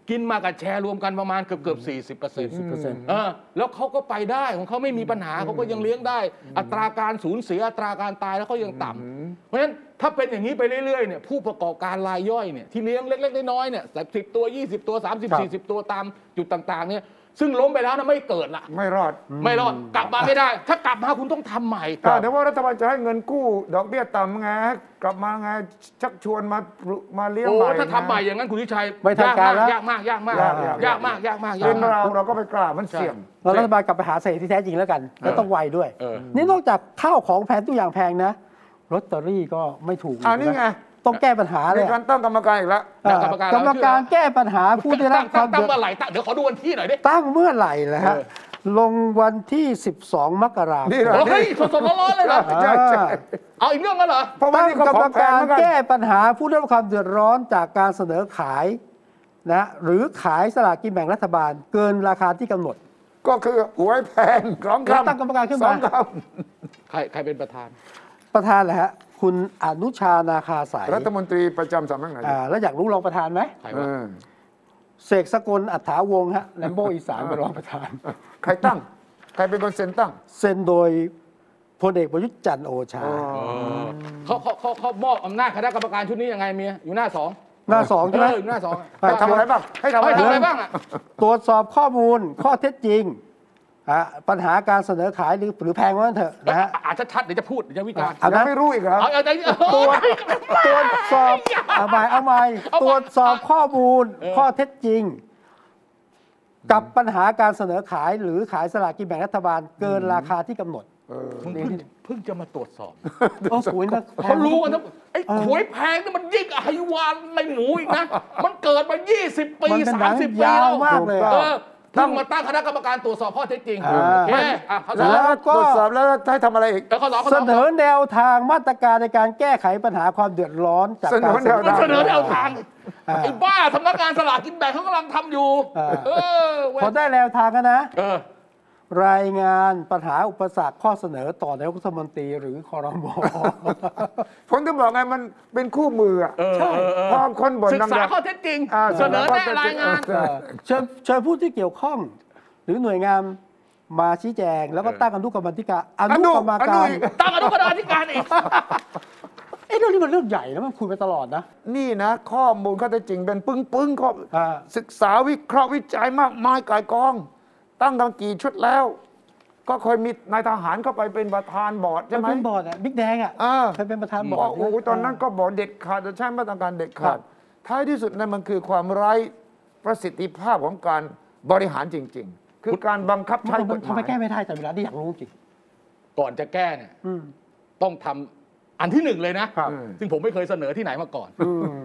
C: กินมากับแชร์รวมกันประมาณเกือบเกือบสี่สิบเปอร์เซ็นต์
B: สิบเปอร์เซ็นต์
C: เออแล้วเขาก็ไปได้ของเขาไม่มีปัญหาเขาก็ยังเลี้ยงได้ อัตราการสูญเสียอัตราการตายแล้วเขายังต่ำเพราะฉะนั้นถ้าเป็นอย่างนี้ไปเรื่อยๆเนี่ยผู้ประกอบการรายย่อยเนี่ยที่เลี้ยงเล็กๆน้อยๆเนี่ยสิบตัวยี่สิบตัวสามสิบ สี่สิบตัวตามจุดต่างๆเนี่ยซึ่งล้มไปแล้วนะไม่เกิดละ
D: ไม่รอด
C: ไม่รอดกลับมาไม่ได้ ถ้ากลับมาคุณต้องทำใหม่
D: อ่าเดี๋ยวว่ารัฐบาลจะให้เงินกู้ดอกเบี้ยต่ำไงกลับมาไงชักชวนมามาเลี้ยง
C: โอ้
D: ใหม่
C: ถ้าทำใหม่อย่างนั้นคุณวิชัย
B: ไม่ทันการแล้ว
C: ยากมากยากมาก
D: ยากยาก
C: ยากมากยากมากยาก
D: เป็น
C: มาก
D: เราเราก็ไปกล้ามันเสี่ยง
B: เรารัฐบาลกลับไปหาเศรษฐกิจที่แท้จริงแล้วกันแล้วต้องไวด้วย
C: เออ
B: นี่นอกจากข้าวของแพงทุกอย่างแพงนะลอตเตอรี่ก็ไม่ถูก
D: อ่านี่ไง
B: ต้องแก้ปัญหาเล
D: มี
B: ย
D: การตั้งกรรมการอีกแล้ว
B: อ่าก
C: รรมการ
B: กรรมการแก้ปัญหาผู้ได้รับความ
C: ตั้ง
B: เดือด
C: เมื่อไหร่ตั้งเดี๋ยวขอดูวันที่หน่อยดิ
B: ตั้งเมื่อไหร่นะฮะ
C: เออ
B: ลงวันที่สิบสองมกราคม
D: นี่เหรอ
C: โอ้เฮ้ยสดๆร้อนๆเลยเหรอ
D: ใช่ใช่
C: เอาอีกเรื่องกันเหรอ
D: เพราะว่า
B: ตั้ง
D: นี่ก็
B: กร
D: ข
B: ร
D: อ
B: ม
D: งแพ
B: กาง ร
D: เหมือนกัน
B: แก้ปัญหาผู้ได้รับความเดือดร้อนจากการเสนอขายนะหรือขายสลากกินแบ่งรัฐบาล เกินราคาที่กำหนด
D: ก็คือหวยแพงสอง
B: แล้ว
D: คำ
B: ตั้งกรรมการขึ้น
D: ส
B: มา
D: องค
C: ใครใครเป็นประธาน
B: ประธานแหละฮะคุณอนุชานาคาสาย
D: ำรัฐมนตรีประจำสำนักนายก
B: อ่าแล้วอยากรู้รองประธานไหม
C: ใคร
D: เอ
C: วะ
D: อ
B: เสกสกลอัฏฐาวงศ์ฮะแลมโบอีสานเป็นรองประธาน
D: ใครตั้ง ใครเป็นคนเซ็นตั้ง
B: เซ็นโดยพลเอกประยุทธ์จันทร์โอชา
C: เขาเขาเขาเขามอบอำนาจคณะกรรมการชุดนี้ยังไงเมียอยู่หน้าสอง
B: หน้าสองใช่ไหม
C: เอออยู่หน้าสอง
D: ให้ทำอะไรบ้าง ให้ทำอะไร
C: ให้ทำอะไร
D: บ้าง
C: บ้างอ่ะ
B: ตรวจสอบข้อมูลข้อเท็จจริงอ่ะปัญหาการเสนอขายหรือหรือแพงว่างั้นเถอะนะฮะ
C: อาจจะชัดเดี๋ยวจะพูดเดี๋ยวจะวิจารณ์
B: เอา
D: ยั
B: นะ
D: งไม่รู้อีกเหรอ
C: เอาเอาใจ
B: ตรวจตรวจสอบเอาใหม่เอาใหม่
C: เอาใหม่
B: ตรวจสอบข้อมูล
C: เออ
B: ข้อเท็จจริง กับปัญหาการเสนอขายหรือขายสลากกินแบ่งรัฐบาลเกินราคาที่กำหนด
C: มึงเพิ่งเพิ่งจะมาตรวจสอบ
B: โอ้โหนะ
C: เขารู้กันทั้งไอ้หวยแพงนี่มันยิ่งกว่าไฮวานในหมูอีกนะ มันเกิดมายี่สิบปี
B: มันเป็นหนั
C: สาม
B: ง
C: สิบปี
B: ยาว
C: แล้ว
B: มากเลย
C: เอ
B: อะ
C: อเพิ่งมาตั้งคณะกรรมการตรวจสอบข้อเท็จจริง
B: อ่า
C: โอเคอ่ะข้อสอง
B: แล้วก็
D: ตรวจสอบแล้วให้ทำอะไรอีก
C: แล้วข้อสองข้อ
B: เส
C: สอง
B: นอแนวทางมาตรการในการแก้ไขปัญหาความเดือดร้อนจาก
D: เสน
B: การ
D: อแนว
C: มันเสนอแนวทาง
B: อ่า
C: ไอ้บ้าสำนักงานสลากกินแบ่งเขากำลังทำอยู่
B: อ่า
C: เออเว้ย
B: พอได้แนวทางกันนะ
C: เออ
B: รายงานปัญหาอุปสรรคข้อเสนอต่อนายกรัฐมนตรีหรือคอรมอ
D: ผมถึงบอกไงมันเป็นคู่มืออ่ะ
C: เออเออเออ
D: พอคนบ่น
C: ศึกษา
D: ดังๆ
C: ข้อเท็จจริง
D: อ่า
C: เสนอแนะรายงาน
D: ใช่
B: เชิญเชิญผู้ที่เกี่ยวข้อง หรือหน่วยงานมาชี้แจง แล้วก็ตั้งอนุกรรมาธิการอนุกรรม
D: อนุ
B: การ
D: อีก
C: ตั้งอนุกรรมาธิการอีก
B: เอ้เรื่องนี้มันเรื่องใหญ่นะมันคุยไปตลอดนะ
D: นี่นะ ข้อมูลข้อเท็จจริงเป็นปึ้งปึ้งๆข้อ
B: อ่า
D: ศึกษาวิเคราะห์วิจัยมากมายก่ายกอง ตั้งกันกี่ชุดแล้ว ก็เคยมีนายทหารเข้าไปเป็นประธานบอร์ดใช่ไหม
B: เป็นบอร์ดอะบิ๊กแดงอะ
D: อ่า
B: เคยเป็นประธานบอ
D: บอก
B: ร์ด
D: โอ้โหตอนนั้นก็บอกเด็ดขาดจะใช้มาตรการเด็ด
B: ครั
D: ขาด
B: บ
D: ท้ายที่สุดนั่นมันคือความไร้ประสิทธิภาพของการบริหารจริง ๆ คือการบังคับใช้กฎห
B: ทำไม
D: มาย
B: แก้ไม่ได้แต่เวลาที่อยากรู้จริง
C: ก่อนจะแก้เนี่ย
B: อืม
C: ต้องทำอันที่หนึ่งเลยนะ
B: ครับ
C: ซึ่งผมไม่เคยเสนอที่ไหนมาก่อน
B: อืม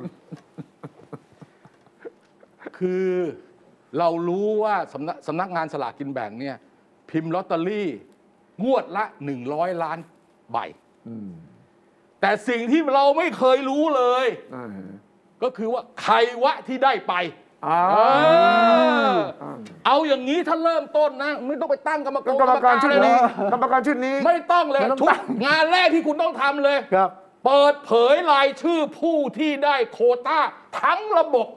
C: คือเรารู้ว่าสำนักสำนักงานสลากกินแบ่งเนี่ย พิมพ์ลอตเตอรี่งวดละหนึ่งร้อยล้านใบ แต่สิ่งที่เราไม่เคยรู้เลย
D: อ่า
C: ก็คือว่าใครวะที่ได้ไป
D: อ่า
C: เออเอาอย่างนี้ถ้าเริ่มต้นนะไม่ต้องไปตั้งกรรม
D: ก็
C: การ
D: กรรมการชุด
C: เลย
D: นี้
C: นะ
D: กรรมการชุดนี้
C: ไม่ต้องเลย
B: ไม่ต้อง
C: ชุด
B: ตั้ง
C: งานแรกที่คุณต้องทำเลย
B: ครับ
C: เปิดเผยรายชื่อผู้ที่ได้โควต้าทั้งระบบ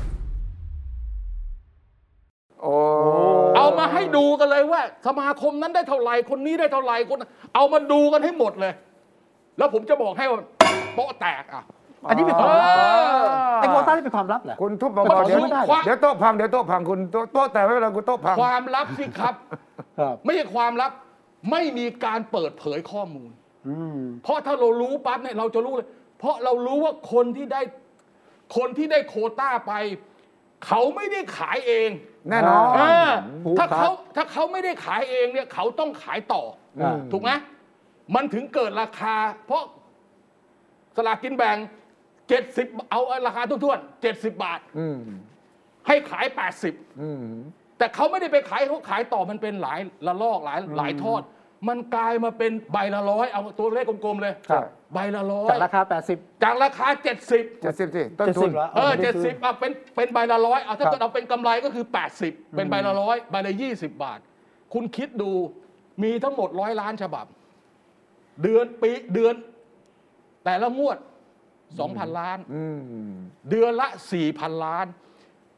D: โอ้
C: เอามาให้ดูกันเลยว่า สมาคมนั้นได้เท่าไหร่คนนี้ได้เท่าไหร่คนนั้นเอามาดูกันให้หมดเลย แล้วผมจะบอกให้ว่าโป๊ะแตกอ่ะ
B: อันนี้เป็นความลับ
C: เออ
B: ไอ้โควต้านี่เป็นความลับเหรอ
D: คุณทุบ
C: มัน
D: เบาๆเดี๋ยว
C: ไม่ได้หรอ
D: เดี๋ยวโต๊ะพังเดี๋ยวโต๊ะพังคุณโต๊ะโต๊ะแต่ไม่เป็นไรคุณโต๊ะพัง
C: ความลับสิครับ
B: ครับ
C: ไม่ใช่ความลับ ไม่มีการเปิดเผยข้อมูล
B: อืม
C: เพราะถ้าเรารู้ปั๊บเนี่ยเราจะรู้เลย เพราะเรารู้ว่าคนที่ได้คนที่ได้โควต้าไป เขาไม่ได้ขายเอง
D: แน่นอน
C: เออ
B: ผู้
C: ถ้า
B: ค้า
C: เขาถ้าเขาไม่ได้ขายเองเนี่ยเขาต้องขายต่ออ
B: ม
C: ถูกไหมมันถึงเกิดราคา เพราะสลากกินแบ่งเจ็ดสิบเอาราคาทุ่นๆเจ็ดสิบบาท
D: อืม
C: ให้ขายแปดสิบ
D: อืม
C: แต่เขาไม่ได้ไปขายเขาขายต่อมันเป็นหลายละลอกหลายหลายทอด มันกลายมาเป็นใบละร้อยเอาตัวเลขกลมๆเลย
B: ครับ
C: ใบละร้อย
B: จากราคาแปดสิบ
C: จากราคาเจ็ดสิบ
D: เจ็ดสิบสิต้น
B: เจ็ด
D: ทุ
B: สิ
D: น
B: บแล้ว
C: เออเจ็ดสิบอ่ะเป็นเป็นใบละร้อยเอาถ้า
B: ครับ
C: เกิดเอาเป็นกำไรก็คือแปดสิบเป็นใบละร้อยใบละยี่สิบบาท คุณคิดดูมีทั้งหมดร้อยล้านฉบับ เดือนปีเดือน แต่ละงวดสองพันล้าน
D: อืม
C: เดือนละสี่พันล้าน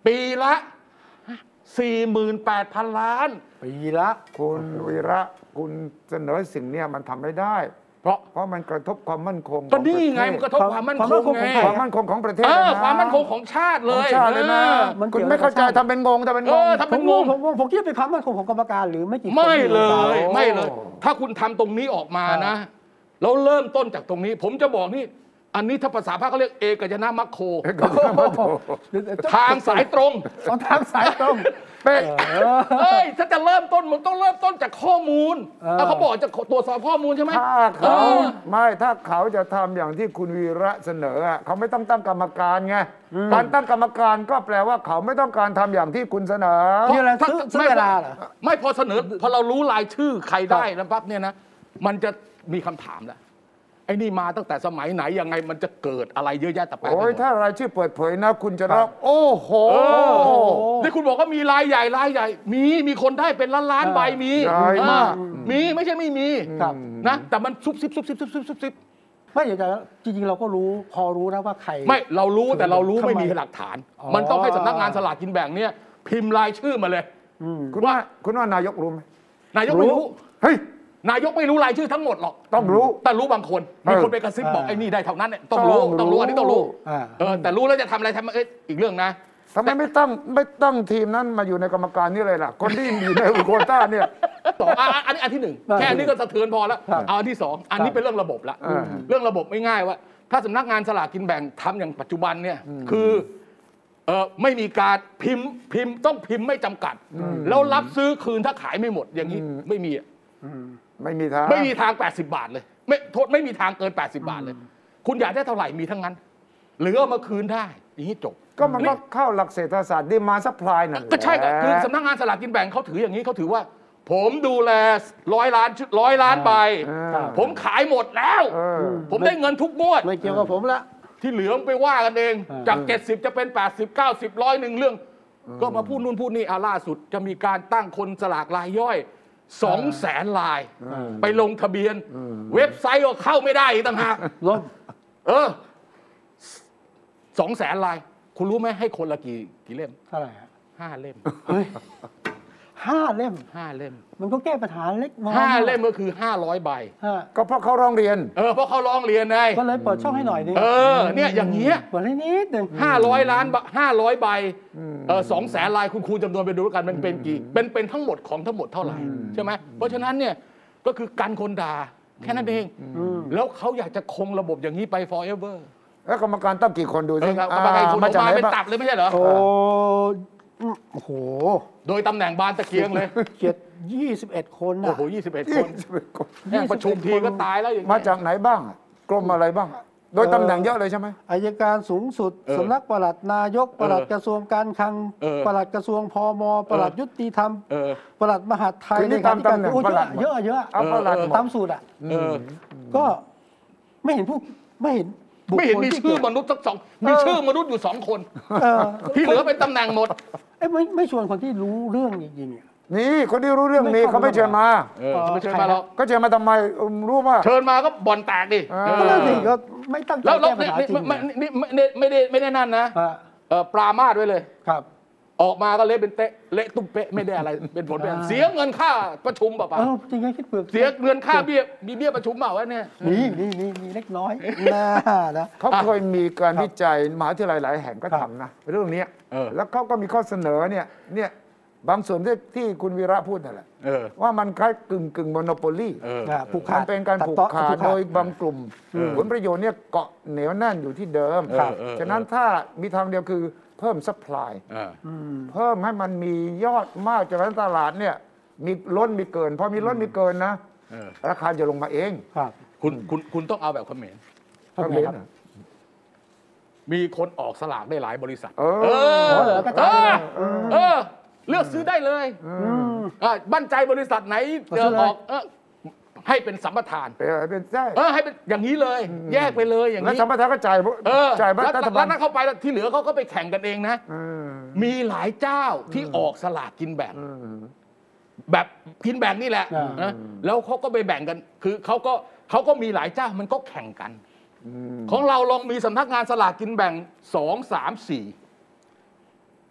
C: ปีละ สี่หมื่นแปดพัน ล้าน
B: ปีละ
D: คุณวีระคุณเสนอสิ่งเนี้ยมันทำไม่ได้เพราะเพราะมันกระทบความมั่นคง
C: ก็นี่ไงมันกระทบความมั่นคงไง
D: ความมั่นคงของประเทศนะ
C: ความมั่นคงของชาติเลย
D: ชาติเลยนะคุณไม่เข้าใจทำเป็นงงทำเป็นงง
C: ทำเป็นงง
B: ผมผมคิดเป็นความมั่นคงของกรรมการหรือไม่กี่คน
C: ไม่เลยไม่เลยถ้าคุณทำตรงนี้ออกมานะแล้วเริ่มต้นจากตรงนี้ผมจะบอกนี่อันนี้ถ้าภาษาภาคเขาเรียกเอกจนะมัคโคทางสายตรง
B: ทางสายตรง
C: เป๊ะเอ้ยถ้าจะเริ่มต้นมันต้องเริ่มต้นจากข้อมูลเขาบอกจะตรวจสอบข้อมูลใช่ไหม
D: ถ้าเขาไม่ถ้าเขาจะทำอย่างที่คุณวีระเสนอเขาไม่ต้องตั้งกรรมการไงการตั้งกรรมการก็แปลว่าเขาไม่ต้องการทำอย่างที่คุณเสนอ
B: ที่อะไรซื้อเวลาเหรอ
C: ไม่พอเสนอพอเรารู้รายชื่อใครได้แล้วปั๊บเนี่ยนะมันจะมีคำถามแล้วไอ้นี่มาตั้งแต่สมัยไหนยังไงมันจะเกิดอะไรเยอะแยะแต่ไป
D: โอ้ยถ้ารายชื่อเปิดเผยนะคุณจะร้องโอ้โห
C: นี่คุณบอกว่ามีรายใหญ่รายใหญ่มีมีคนได้เป็นล้านล้านใบมีมีไม่ใช่ไม่มีนะแต่มันซุบซิบซุบซิบซุบซิบซุบซิบ
B: ไม่อย่างจริงๆเราก็รู้พอรู้นะว่าใคร
C: ไม่เรารู้แต่เรารู้ไม่มีหลักฐานมันต้องให้สำนักงานสลากกินแบ่งเนี่ยพิมพ์รายชื่อมาเลย
D: คุณว่าคุณว่านายกรู้ไหม
C: นายกไม่รู้
D: เฮ้ย
C: นายกไม่รู้รายชื่อทั้งหมดหรอก
D: ต้องรู้
C: แต่รู้บางคนมีคนไปกระซิบบอกไอ้นี่ได้เท่านั้นเนี่ยต้องรู้ต้องรู้อันนี้ต้องรู้เออแต่รู้แล้วจะทำอะไรทำเอ้ยอีกเรื่องนะ
D: ทำไมไม่ตั้งไม่ตั้งทีมนั้นมาอยู่ในกรรมการนี่เลยล่ะคนที่อยู่ในโควต้าเนี่ย
C: สองอันนี้อันที่หนึ่งแค่นี้ก็สะเทือนพอแล้วเอาอันที่สองอันนี้เป็นเรื่องระบบละเรื่องระบบไม่ง่ายว่าถ้าสำนักงานสลากกินแบ่งทำอย่างปัจจุบันเนี่ยคือเออไม่มีการพิมพ์พิมพ์ต้องพิมพ์ไม่จำกัดแล้วรับซื้อคืนถ้าขายไม่หมดอย่างนี้ไม่มี
D: ไม่มีทาง
C: ไม่มีทางแปดสิบบาทเลยไม่โทษไม่มีทางเกินแปดสิบบาทเลยคุณอยากได้เท่าไหร่มีทั้งนั้นหรือเอามาคืนได้อย่างนี้จบ
D: ก็มันก็เข้าหลักเศรษฐศาสตร์ดีมาซัพพลายนั่น
C: ก็ใช่คือสำนักงานสลากกินแบ่งเขาถืออย่างนี้เขาถือว่าผมดูแลร้อยล้านร้อยล้านใบผมขายหมดแล้วผมได้เงินทุกงวด
B: ไม่เกี่ยวกับผมละ
C: ที่เหลือไปว่ากันเองจากเจ็ดสิบจะเป็นแปดสิบ เก้าสิบ ร้อยนึงเรื่องก็มาพูดนู่นพูดนี่อ่ะล่าสุดจะมีการตั้งคนสลากรายย่อยสองแสนลายไปลงทะเบียนเว็บไซต์ก็เข้าไม่ได้ต่างหากเออสองแสนลายคุณรู้ไหมให้คนละกี่กี่เล่ม
B: เท่าไหร่
C: ห้าเล่ม
B: ห้าเล่ม
C: ห้าเล่ม
B: มันก็แก้ปัญหาเล็กน้อย
C: ห้าเล่มก็คือห้าร้อยใบ
D: ก็เพราะเขาร้องเรียน
C: เออเพราะเขาร้องเรียนไง
B: ก็เลยเปิดช่องให้หน่อยนึง
C: เออเนี่ยอย่างเงี้ย
B: เปิดให้นิดนึง
C: ห้าร้อยล้านห้าร้อยใบเออสองแสนลายคุณคูณจำนวนไปดูกันมันเป็นกี่เป็นเป็นทั้งหมดของทั้งหมดเท่าไหร่ใช่ไหมเพราะฉะนั้นเนี่ยก็คือกันคนด่าแค่นั้นเองแล้วเขาอยากจะคงระบบอย่างนี้ไป forever
D: แล้วกรรมการตั้งกี่คนดูสิ
C: กรรมการคุณมาเป็นตับเลยไม่ใช่เหรอ
B: โอ้โอ้โห
C: โดยตำแหน่งบานตะเกียงเลย
B: เกียรติยี่สิบเอ็ดคนนะ
C: โอ้โหยี่สิบเอ็ดคนแห่งประชุมทีก็ตายแล้วอย่าง
D: มาจากไหนบ้างกรมอะไรบ้างโดยตำแหน่งเยอะเลยใช่ไหม
B: อัยการสูงสุดสำนักปลัดนายกปลัดกระทรวงการคลังปลัดกระทรวงพมปลัดยุติธรรมปลัดมหาดไทย
D: นี่ตามตำแหน่งปลัด
B: เยอะเยอะ
D: เอาปลัด
B: ตามสูตรอ่ะก็ไม่เห็นผู้ไม่เห็น
C: ไม่เห็นมีชื่อมนุษย์สักสองมีชื่อมนุษย์อยู่สองคนที่เหลือเป็นตำแหน่งหมด
B: เอ้ไม่ไม่ชวนคนที่รู้เรื่องจริง
D: ๆนี่คนที่รู้เรื่องนี้เขาไม่เชิญมา
C: ไม่เชิญมาหรอก
D: ก็เชิญมาทำไมรู้ว่า
C: เชิญมาก็บ่อนแตกดิ
B: ก็นั่นสิก็ไม่ตั้งใจแก้ปัญหาจริง
C: นี่ไม่ได้ไม่ได้นั่นนะปรามาสไว้เลย
B: ครับ
C: ออกมาก็เละเป็นเตะเละตุ้มเป๊ะไม่ได้อะไรเป็นผลเป็นเสียเงินค่าประชุมเปล่า
B: จริงๆคิดเปลือก
C: เสียเงินค่าเบี้ยมีเบี้ยประชุมเปล่าวะเนี่ย
B: มีมีมีมีเล็กน้อยนะนะ
D: เขาเคยมีการวิจัยมหาวิทยาลัยหลายแห่งก็ทำนะเรื่องนี้แล้วเขาก็มีข้อเสนอเนี่ยเนี่ยบางส่วนที่ที่คุณวีระพูดนั่นแหละว่ามันคล้ายกึ่งกึ่งโมโนโปลี
B: ผูกขาด
D: เป็นการผูกขาดโดยบางกลุ่มผลประโยชน์เนี่ยเกาะเหนียวแน่นอยู่ที่เดิมฉะนั้นถ้ามีทางเดียวคือเพิ่มซัพพลายเพิ่มให้มันมียอดมากจากนั้นตลาดเนี่ยมีล้นมีเกินพอมีล้นมีเกินนะราคาจะลงมาเอง
C: คุณคุณคุณต้องเอาแบบเขมร
D: เขมร
C: มีคนออกสลากได้หลายบริษัท
B: เออ
C: เออเลือกซื้อได้เลยมั่นใจบริษัทไหนเจอออกให้เป็นสัมปทาน
D: เป็นใช่
C: เออให้เป็นอย่างนี้เลยแยกไปเลยอย่างนี้
D: แล้วสัมปทานก็จ่ายจ่ายรัฐบาล
C: นั้นเข้าไปที่เหลือเขาก็ไปแข่งกันเองนะมีหลายเจ้าที่ออกสลากกินแบ่งแบบกินแบ่งนี่แหละนะแล้วเขาก็ไปแบ่งกันคือเขาก็เขาก็มีหลายเจ้ามันก็แข่งกันของเราลองมีสำนักงานสลากกินแบ่งสองสามสี่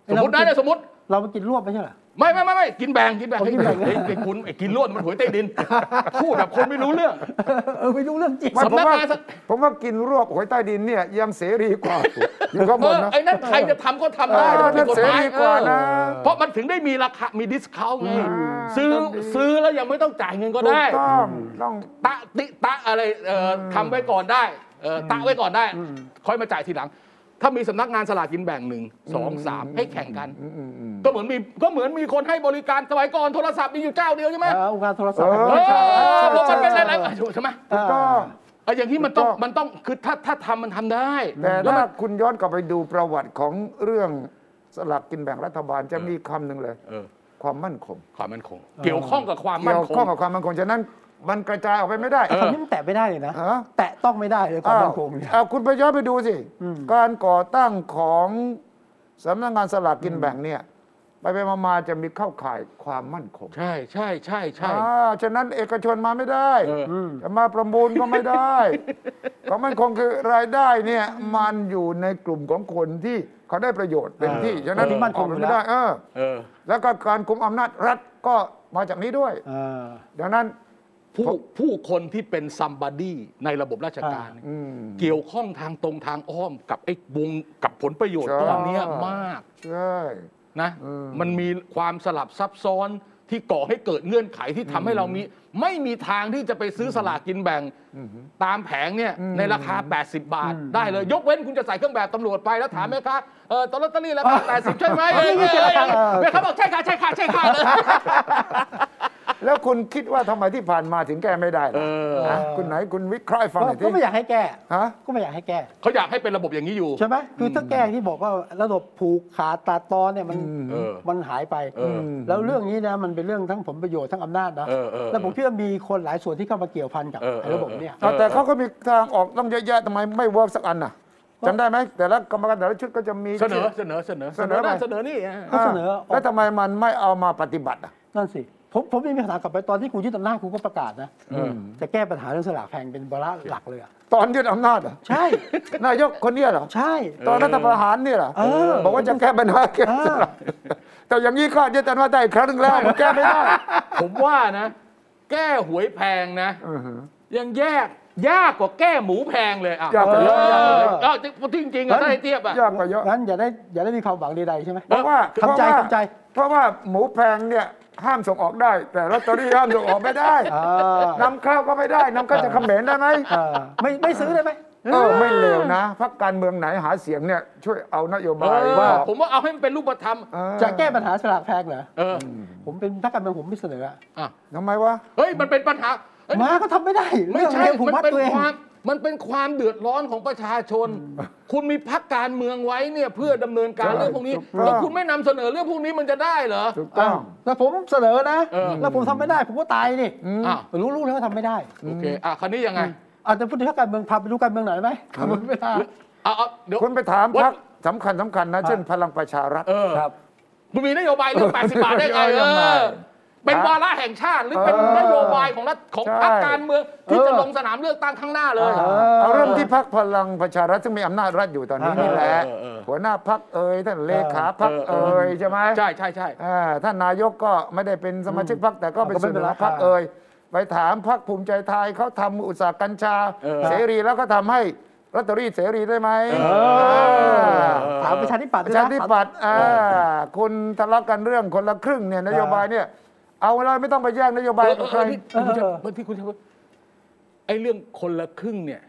C: สมมติได้เลยสมมติ
B: เราไปกินรวบไม่ใช่เหรอ
C: ไม่ไม่ไม่ไม่กินแบ่งกินแบ่ง
B: กินแบ่ง
C: ไอ้ไอ้คุณไอ้กินรวบมันหวยใต้ดินพูดแบบคนไม่รู้เรื่อง
B: เออไม่รู้เรื่องจริง
D: ผมว่าผมว่ากินรวบหวยใต้ดินเนี่ยยังเสรีกว่าอยู่ข้างบนนะ
C: ไอ้นั่นใครจะทำก็ทำได้
D: นั่นเสรีกว่านะ
C: เพราะมันถึงได้มีราคามีดิสคาวต์ไงซื้อซื้อแล้วยังไม่ต้องจ่ายเงินก็ได้
D: ต้องต้อง
C: ตะติตะอะไรเอ่อทำไว้ก่อนได้เอ่อตะไว้ก่อนได้ค่อยมาจ่ายทีหลังถ้ามีสำนักงานสลากกินแบ่งหนึ่งสองสามให้แข่งกันก็เหมือนมีก็เหมือนมีคนให้บริการสมัยก่อนโทรศัพท์มีอยู่เจ้าเดียวใช่ไหม
B: องค์การโทรศัพท์
C: เพราะมันเป็นอะไรใช่ไหม
D: ถูกต้อง
C: อย่างที่มันต้องมันต้องคือถ้าถ้าทำมันทำได้
D: แต่ถ้าคุณย้อนกลับไปดูประวัติของเรื่องสลากกินแบ่งรัฐบาลจะมีคำหนึ่งเลยความมั่นคง
C: ความมั่นคงเกี่ยวข้องกับความมั่นคง
D: เกี่ยวข้องกับความมั่นคงฉะนั้นมันกระจายออกไปไม่ได้
B: คำนี้มันแตะไม่ได้เลยนะแตะต้องไม่ได้เลยความมั่นคง
D: อ้าวคุณไปย้อนไปดูสิการก่อตั้งของสำนักงานสลากกินแบ่งเนี่ยไปไปมาๆจะมีเข้าข่ายความมั่นคง
C: ใช่ใช่ใช่ใช่
D: ฉะนั้นเอกชนมาไม่ได้จะมาประมูลก็ไม่ได้ความมั่นคงคือรายได้เนี่ยมันอยู่ในกลุ่มของคนที่เขาได้ประโยชน์เป็นที่ฉะนั้น
B: มั่นคง
D: ไม่ได้เออแล้วก็การคุมอำนาจรัฐก็มาจากนี้ด้วยดังนั้น
C: ผู้ผู้คนที่เป็นซัมบอดี้ในระบบราชการเกี่ยวข้องทางตรงทางอ้อมกับไอ้วงกับผลประโยชน์ตรงนี้มาก
D: ใช่
C: นะมันมีความสลับซับซ้อนที่ก่อให้เกิดเงื่อนไขที่ทำให้เรามีไม่มีทางที่จะไปซื้อสลากกินแบ่งตามแผงเนี่ยในราคาแปดสิบบาทได้เลยยกเว้นคุณจะใส่เครื่องแบบตำรวจไปแล้วถามแม่ค้าเออตลอดตลี่ราคาแปดสิบใช่ไหมแม่ค้าบอกใช่ค่ะใช่ค่ะใช่ค่ะ
D: แล้วคุณคิดว่าทำไมที่ผ่านมาถึงแก้ไม่ได้ล่ะคุณไหนคุณวิเคราะห์ฟังหน่อยที่
B: ก็ไม่อยากให้แก้
D: ฮะ
B: ก็ไม่อยากให้แก้
C: เขาอยากให้เป็นระบบอย่างนี้อยู่
B: ใช่ไหมคือถ้าแก้ที่บอกว่าระบบผูกขาดตัดตอนเนี่ยมันมันหายไปแล้วเรื่องนี้นะมันเป็นเรื่องทั้งผลประโยชน์ทั้งอำนาจนะแล้วผมคิดว่ามีคนหลายส่วนที่เข้ามาเกี่ยวพันกับระบบเนี่ย
D: แต่เขาก็มีทางออกต้องเยอะแยะทำไมไม่เวิร์กสักอันน่ะจำได้ไหมแต่ละกรรมการแต่ละชุดก็จะมี
C: เสนอเสนอเสนอเสนอเสนอนี่
B: ก็เสนอ
D: แล้วทำไมมันไม่เอามาปฏิบัติอ่ะ
B: นั่นสิผมผมมีปัญหากลับไปตอนที่คุณยึดอำนาจคุณก็ประกาศนะจะแก้ปัญหาเรื่องสลากแพงเป็นวาระหลักเลยอะ
D: ตอนยึดอำนาจเหรอ
B: ใช่
D: นายกคนนี้เหรอ
B: ใช่
D: ตอนรัฐประหารนี่เหรอบอกว่าจะแก้ปัญหาแก้สลากแต่อย่างนี้ก็ยึดอำนาจได้อีกครั้งนึงแล้วมันแก้ไม่ได้
C: ผมว่านะแก้หวยแพงนะยังแยกยากกว่าแก้หมูแพงเลยอ่ะ
D: ยากกว่าเยอะ
C: ก็จริงจริงอ่ะถ้าให้เทียบอ่ะ
D: ยากกว่าเยอะ
B: งั้นอย่าได้อย่าได้มีความหวังใดๆใช่ไหม
D: เพราะว่า
B: ทำใจทำใจ
D: เพราะว่าหมูแพงเนี่ยห้ามส่งออกได้แต่ลอตเตอรี่ห้ามส่งออกไม่ได้นำเข้าก็ไม่ได้นำเข้าจะเขมรได้ไหม
B: ไม่ไม่ซื้อได้ไหม
D: เออไม่เลวนะพรรคการเมืองไหนหาเสียงเนี่ยช่วยเอานโยบายว่า
C: ผมว่าเอาให้มันเป็นรูปธรรม
B: จะแก้ปัญหาสลากแพงเหรอผมเป็นพรรคการเมืองผมไม่เสนออ่ะ
D: ทำไมวะ
C: เฮ้ยมันเป็นปัญหา
B: มาก็ทำไม่ได้
C: ไม่ใช่มันเป็นความมันเป็นความเดือดร้อนของประชาชนคุณมีพรรคการเมืองไว้เนี่ยเพื่อดำเนินการเรื่องพวกนี้แล้วคุณไม่นำเสนอเรื่องพวกนี้มันจะได้เหรอ
D: ถูกต้อง
B: แต่ผมเสนอนะแล้วผมทำไม่ได้ผมก็ตายนี่รู้รู้แล้วว่าทำไม่ได้
C: โอเคอ่ะคราวนี้ยังไง
B: อาจจะพูดถึงพรรคการเมืองพาไปดูการเมืองหน่อยไหมไม่ได้
C: เดี๋ยว
D: คุณไปถามพรรคสำคัญสำคัญนะเช่นพลังประชารัฐ
B: ครับ
C: คุณมีนโยบายเรื่องแปดสิบบาทได้ไงเป็นวาระแห่งชาติหรือเป็นนโยบายของรัฐของพรรคการเมืองที่จะลงสนามเลือกตั้งข้างหน้าเลย
D: เอาเริ่มที่พรรคพลังประชารัฐซึ่งมีอำนาจรัฐอยู่ตอนนี้นี่แหละหัวหน้าพรรคเอ่ยท่านเลขาพรรคเอ่ยใช่ไหม
C: ใช่ใช่ใช่
D: ท่านนายกก็ไม่ได้เป็นสมาชิกพรรคแต่ก็เป็นส่วนหนึ่งของพรรคเอ่ยไปถามพรรคภูมิใจไทยเขาทำอุตสาหกัญชาเสรีแล้วก็ทำให้ลอตเตอรี่เสรีได้ไหม
B: ถามประชาธิปัตย์
D: ประชาธิปัตย์คุณทะเลาะกันเรื่องคนละครึ่งเนี่ยนโยบายเนี่ยเอาเลยไม่ต้องไปแย่งนโยบายกับใคร
C: บางทีคุณจะพูดไอ้เรื่องคนละครึ่งเนี่ย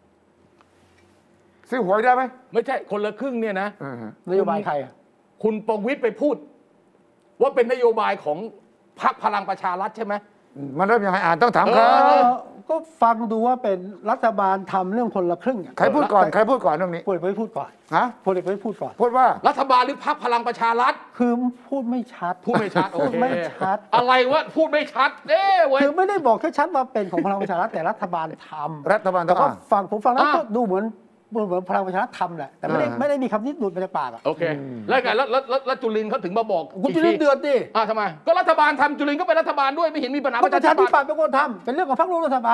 D: ซื้อหวยได้ไหม
C: ไม่ใช่คนละครึ่งเนี่ยนะ
B: นโยบายใคร
C: คุณประวิตรไปพูดว่าเป็นนโยบายของพรรคพลังประชารัฐใช่ไหม
D: มันเริ่มยังไงอ่านต้องถามเขา
B: ก็ฟังดูว่าเป็นรัฐบาลทำเรื่องคนละครึ่ง
D: ใครพูดก่อนใครพูดก่อนเรื่องนี้
B: พลเอกประวิตรพูดก่อน
D: ฮะ
B: พลเอกประวิตรพูดก่อน
D: พูดว่า
C: รัฐบาลหรือพรรคพลังประชารัฐ
B: คือพูดไม่ชัด
C: พูดไม่ชัด
B: พูดไม่ชัด
C: อะไรวะพูดไม่ชัดเอ้
B: ยคือไม่ได้บอกแค่ชัดว่าเป็นของพลังประชารัฐแต่รัฐบาลทำ
D: รัฐบาล
B: แต่ก็ฟังผมฟังแล้วก็ดูเหมือนเหมือนพลังประชารัฐทำแหละแต่ไม่ได้ไม่ได้มีคำนี้หลุดมาจากปากอ่ะ
C: โอเคแล้วไงแล้วแล้วจุลินเขาถึงมาบอก
B: คุณจุลินเดือดดิ
C: อ่าทำไมก็รัฐบาลทำจุลินก็เป็นรัฐบาลด้วยไม่เห็นมีปัญหา
B: ประชาธิปัตย์เป็นคนทำเป็นเรื่องของพรรคร่วมรัฐบาล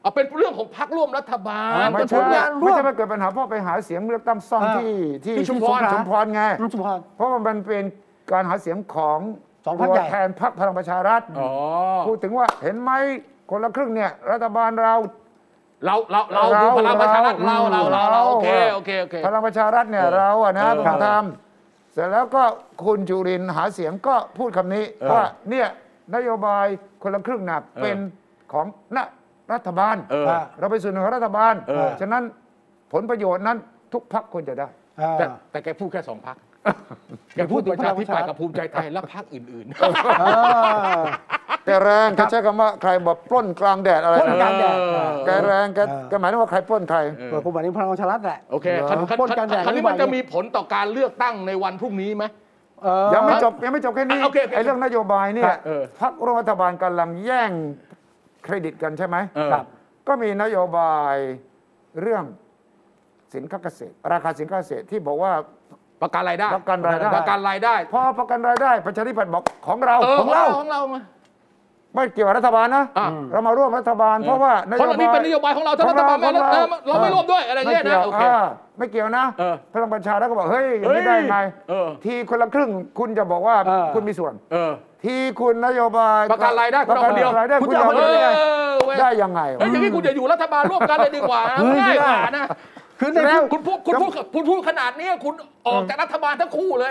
C: เอาเป็นเรื่องของพรรคร่วมรัฐบาล
D: ไม่ใช่ไม่ใช่มาเกิดปัญหาเพราะไปหาเสียงเลือกตั้งซ่อมที่ที่ชุมพรชุมพรไง
B: ชุมพร
D: เพราะมันเป็นการหาเสียงของ
B: สองพรรคใหญ่
D: แทนพรรคพลังประชารัฐพูดถึงว่าเห็นไหมคนละครึ่งเนี่ยรัฐบาลเรา
C: เราเราเราคือพลังประชารัฐเราเราเราเราโอเคโอเคโอเค
D: พลังประชารัฐเนี่ยเราอะนะต้องทำเสร็จแล้วก็คุณจุรินทร์หาเสียงก็พูดคำนี้ว่าเนี่ยนโยบายคนละครึ่งน่ะเป็นของรัฐบาลเราไปส่วนหนึ่งของรัฐบาลฉะนั้นผลประโยชน์นั้นทุกพรรคควรจะได้
C: แต่แต่แกพูดแค่สองพรรคแกพูดประชาธิปัตย์กับภูมิใจไทยและพรรคอื่น
D: ๆแต่แรงเขาใช้คำว่าใครบอกปล้นกลางแดดอะไรนะ
B: ปล้นกลางแดด
D: แกแรงแกหมายถึงว่าใครปล้นใคร
B: เปิดผมหมายถึงพลังประชารัฐแหละ
C: โอเคปล้นกลางแดดคราวนี้มันจะมีผลต่อการเลือกตั้งในวันพรุ่งนี้ไหม
D: ยังไม่จบยังไม่จบแค่นี้ไอ้เรื่องนโยบายเนี่ยพรรคร่วมรัฐบาลกำลังแย่งเครดิตกันใช่ไหม
B: ครับ
D: ก็มีนโยบายเรื่องสินค้าเกษตรราคาสินค้าเกษตรที่บอกว่า
C: ประกันรายได้
D: ประกันรายได้
C: ประกันรายได้
D: พอประกันรายได้ประชาธิปัตย์บอกของเรา
C: ของเราของเรา
D: ไม่เกี่ยวกับรัฐบาลนะเรามาร่วมรัฐบาลเพราะว่าน
C: โยบายนี้เป็นนโยบายของเราถ้ารัฐบาลไม่เราไม่ร่วมด้วยอะไรเงี้ยนะโอเค
D: ไม่เกี่ยวนะพลังประชารัฐก็บอกเฮ้ยยังไม่ได้ไงทีคนละครึ่งคุณจะบอกว่าคุณมีส่วนทีคุณนโยบาย
C: ประกันรายได้คุณเอาคนเดียว
D: คุณจะเอาคนเดียวได้ยังไง
C: เฮ้ยอย่างนี้คุณจะอยู่รัฐบาลร่วมกันเลยดีกว่าง่ายกว่านะ
B: คือ
C: แล้วคุณพูดคุณพูดคุณพูดขนาดนี้คุณออกจากรัฐบาลทั้งคู่เลย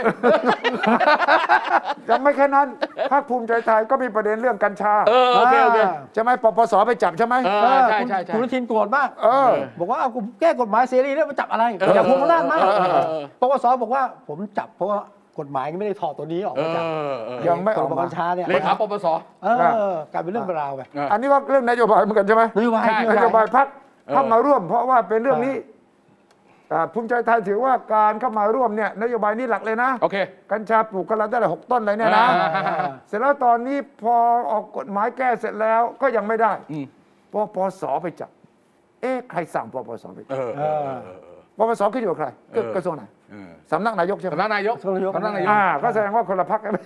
D: ยังไม่แค่นั้นพรรคภูมิใจไทยก็มีประเด็นเรื่องกัญชา
C: เออโอเคโอเค
D: จะไม่ปปสไปจับใช่ไหม
C: ใช่ใช่
B: คุณอนุทินโกรธมากบอกว่าเอากูแก้กฎหมายเสรีแล้วมาจับอะไรอย่าพูดขนาดนั้นปปสบอกว่าผมจับเพราะว่ากฎหมายไม่ได้ถอดตัวนี้ออกมาจาก
D: ยังไม่ออก
B: กัญชาเนี่ย
C: เลขาปปส
B: กลายเป็นเรื่องเป็นราวไป
D: อันนี้ว่าเรื่องนโยบายเหมือนกันใช่ไหม
B: นโยบาย
D: นโยบายพรรคเข้ามาร่วมเพราะว่าเป็นเรื่องนี้ภูมิใจไทยถือว่าการเข้ามาร่วมเนี่ยนโยบายนี้หลักเลยนะ
C: โอเค
D: กัญชาปลูกกันแล้วได้หกต้นเลยเนี่ยนะเสร็จแล้วตอนนี้พอออกกฎหมายแก้เสร็จแล้วก็ยังไม่ได้ปปสไปจับเอ๊ะใครสั่งปปสไปจับปปสขึ้นอยู่กับใครกระทรวงไหนสำนักนายกใช่ไหม
C: สำนักนายก
B: สำนักนายก
D: อ่าก็แสดงว่าคนละพรรคกัน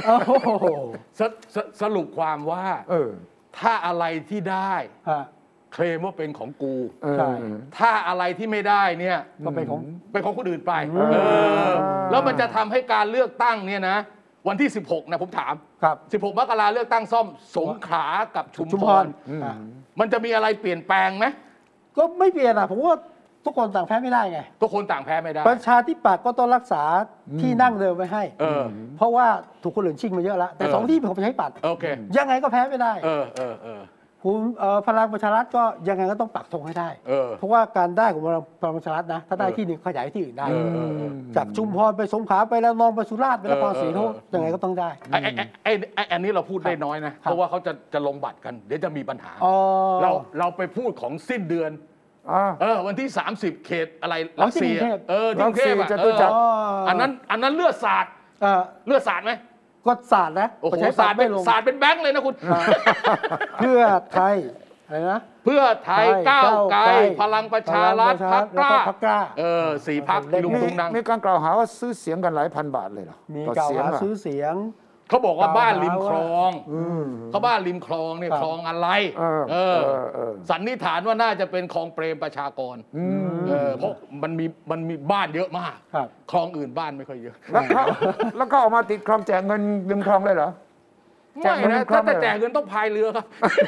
C: สรุปความว่าถ้าอะไรที่ได้เคลมว่าเป็นของกูถ้าอะไรที่ไม่ได้เนี่ย
B: ก็เป็นของ
C: เป็นของคนอื่นไปแล้วมันจะทำให้การเลือกตั้งเนี่ยนะวันที่สิบหกนะผมถามสิบหกมกราเลือกตั้งซ่อมสงขลากับชุมพรมันจะมีอะไรเปลี่ยนแปลงไหม
B: ก็ไม่เปลี่ยนอ่ะผมว่าทุกคนต่างแพ้ไม่ได้ไง
C: ทุกคนต่างแพ้ไม่ได้
B: ประชาธิปัตย์ก็ต้องรักษาที่นั่งเดิมไว้ให้เพราะว่าถูกคนอื่นชิงมาเยอะแล้วแต่สองที่เป็นของประชาธิปัตย์ยังไงก็แพ้ไม่ได้ภูมิพลังประชารัฐก็ยังไงก็ต้องปักธงให้ได้เพราะว่าการได้ของพลังประชารัฐนะถ้าได้ที่หนึ่งขยายที่อื่นได้จากชุมพรไปสงขลาไปแล้วนองไปสุราษฎร์ไปนครศรีเขายังไงก็ต้องได้
C: ไอ้ไอ้ไอ้อันนี้เราพูดได้น้อยนะเพราะว่าเขาจะจะลงบัตรกันเดี๋ยวจะมีปัญหาเราเราไปพูดของสิ้นเดือนเออวันที่สามสิบเขตอะไรรัสเซียเออที่กรุงเทพอ่ะอันนั้นอันนั้นเลือดสาดเลือดสาดไหม
B: ก็ศาสตร์นะ
C: โอ้โหศาสตร์เป็นศาสตร์เป็นแบงค์เลยนะคุณ
B: เพื่อไทยอะไรนะ
C: เพื่อไทยก้าวไกลพลังประชารัฐพรรคกล้าเออสี่พรรคลุงตุงนัง
D: มีการกล่าวหาว่าซื้อเสียงกันหลายพันบาทเลยเหรอ
B: มีกล่าวหาซื้อเสียง
C: เขาบอกว่าบ้านริมคลองเขาบ้านริมคลองเนี่ยคลองอะไรเออสันนิษฐานว่าน่าจะเป็นคลองเปรมประชากรเพราะมันมีมันมีบ้านเยอะมากคลองอื่นบ้านไม่ค่อยเยอะ
D: แล้วก็แล้วก็ออกมาติดคลองแจกเงินริมคลองเลยเหรอ
C: ไม่นะถ้าจะแจกเงินต้องพายเรือครับ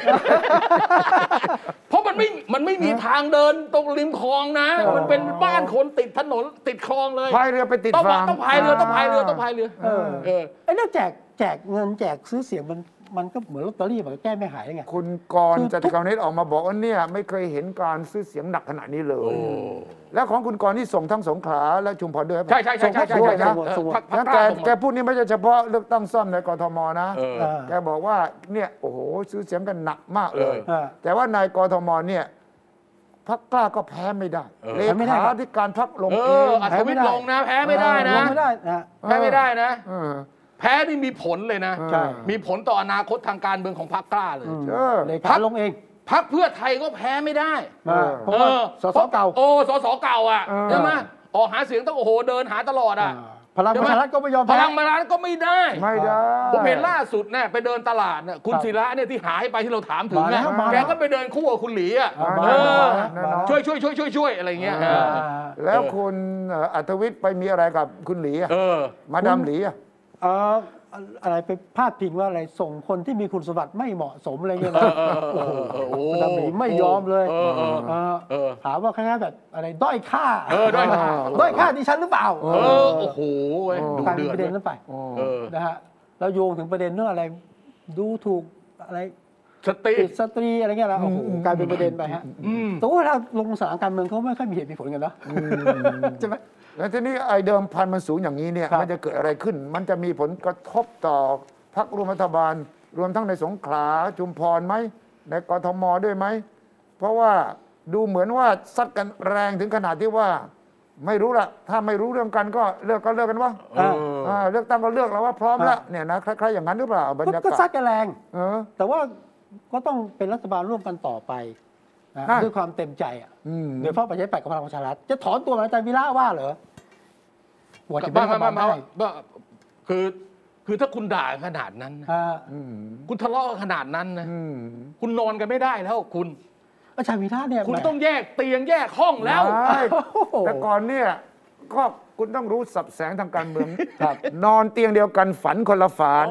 C: เพราะมันไม่มันไม่มีทางเดินตรงริมคลองนะมันเป็นบ้านคนติดถนนติดคลองเลย
D: พายเรือไปติด
C: ฝั่งต้องพายเรือต้องพายเรือต้องพายเรือ
B: เออไอ้เรื่องแจกแจกเงินแจกซื้อเสียงมันมันก็เหมือนลอตเตอรี่มันแก้ไม่หายไง
D: คุณกรณ์จติกานิชออกมาบอกว่าเนี่ยไม่เคยเห็นการซื้อเสียงหนักขนาดนี้เลยแล้วของคุณกรณ์ที่ส่งทั้งสงขลาและชุมพรด้วย
C: ใช่ใช่ใช่ใช่
D: ใช่นะแกแกพูดนี่ไม่ใช่เฉพาะเลือกตั้งซ่อมในกทมนะแกบอกว่าเนี่ยโอ้โหซื้อเสียงกันหนักมากเลยแต่ว่าในกทมเนี่ยพรรคกล้าก็แพ้ไม่ได้เลขาธิการพรรคลงเอง
C: อัศวินลงนะแพ้ไม่ได้นะแพ้ไม่ได้นะแพ้นี่มีผลเลยนะมีผลต่ออนาคตทางการเมืองของพรรคกล้าเลย
B: พรรคลงเอง
C: พรรคเพื่อไทยก็แพ้ไม่ได้
B: เพราะว่าสสเก่า
C: โอ้สสเก่าอ่ะใช่ไหมออกหาเสียงต้องโอ้โหเดินหาตลอดอ่ะ
B: พลังประชารัฐก็ไม่ยอมแพ้
C: พลังประชารัฐก็ไม่ได้
D: ไม่ได้
C: ผมเห็นล่าสุดเนี่ยไปเดินตลาดเนี่ยคุณศิระเนี่ยที่หายไปที่เราถามถึง
B: มาแล้
C: เนี่ยว
B: มาแล้ว
C: แกก็ไปเดินคู่กับคุณหลีอ่ะ
B: มา
C: เอ
B: แล้ว
C: อ
B: มาแล้ว
C: ช่วยช่วยช่วยช่วยช่วยอะไรเงี้ย
B: อ่า
D: แล้วคุณเอ่ออัธวิทย์ไปมีอะไรกับคุณหลีอะ
C: เออ
D: มาดามหลีอะ
B: เอ่ออะไรไปพาดพิงว่าอะไรส่งคนที่มีคุณสมบัติไม่เหมาะสมอะไรเงี้ยนะ
C: เออเออเออเออ
B: โอ้โหมาดามหลีไม่ยอมเลย
C: เออเออ
B: เออ
C: เออ
B: ถามว่าคณะแบบอะไรด้อยค่า
C: เออด้อยค่า
B: ด้อยค่าดิฉันหรือเปล่า
C: เออโอ้โหเว้ยดู
B: กลาย
C: เดื
B: เป็น
C: อด
B: ประเด็นนั้นไป
C: เออ
B: นะฮะแล้วโยงถึงประเด็นเรื่องอะไรดูถูกอะไร
C: สตรี
B: ติดสตรีอะไรเงี้ยนะโอ้โหกลายเป็นประเด็นไปฮะ
C: อืม
B: แต่ว่าถ้าลงสนามการเมืองเขาไม่ค่อยมีเหตุมีผลกันเนาะใช่ไหม
D: แล้วทีนี้ไอ้เดิมพันมันสูงอย่างนี้เนี่ย
B: ครับ
D: มันจะเกิดอะไรขึ้น มันจะมีผลกระทบต่อพรรคร่วมรัฐบาล รวมทั้งในสงขลาชุมพรไหมในกทมด้วยไหมเพราะว่าดูเหมือนว่าซัดกันแรงถึงขนาดที่ว่า ไม่รู้ละถ้าไม่รู้เรื่องกันก็เลือกก็เลือกกันวะ
C: เออ
D: อ่าเลือกตั้งก็เลือกแล้วว่าพร้อมแล้วเนี่ยนะคล้ายๆอย่างนั้นหรือเปล่าบรรยา
B: ก็
D: กา
B: ซั
D: ศ
B: ดกันแรง
D: เออ
B: แต่ว่าก็ต้องเป็นรัฐบาลร่วมกันต่อไปนะ
D: ใช่
B: ด้วยความเต็มใจอ่ะ
D: อืม
B: โดยเฉพาะประชาธิปัตย์กับพลังประชารัฐจะถอนตัวมาอาจารย์วีระว่าเหรอว่าจะเป็
C: บ้าน
B: รัฐบาล
C: บ้าน
B: ได้
C: บ้านคือคือถ้าคุณด่าขนาดนั้นนะ
B: อ่า
D: อืม
C: คุณทะเลาะกันขนาดนั้นนะ
D: อืม
C: คุณนอนกันไม่ได้แล้วคุณ
B: อาจารย์วีระเนี่ย
C: คุณ
B: แหม
C: ต้องแยกเตียงแยกห้องแล้ว
D: ใช่
B: โอ้โห
D: แต่ก่อนเนี่ยก็คุณต้องรู้สับแสงทางการเมืองครับนอนเตียงเดียวกันฝันคนละฝาน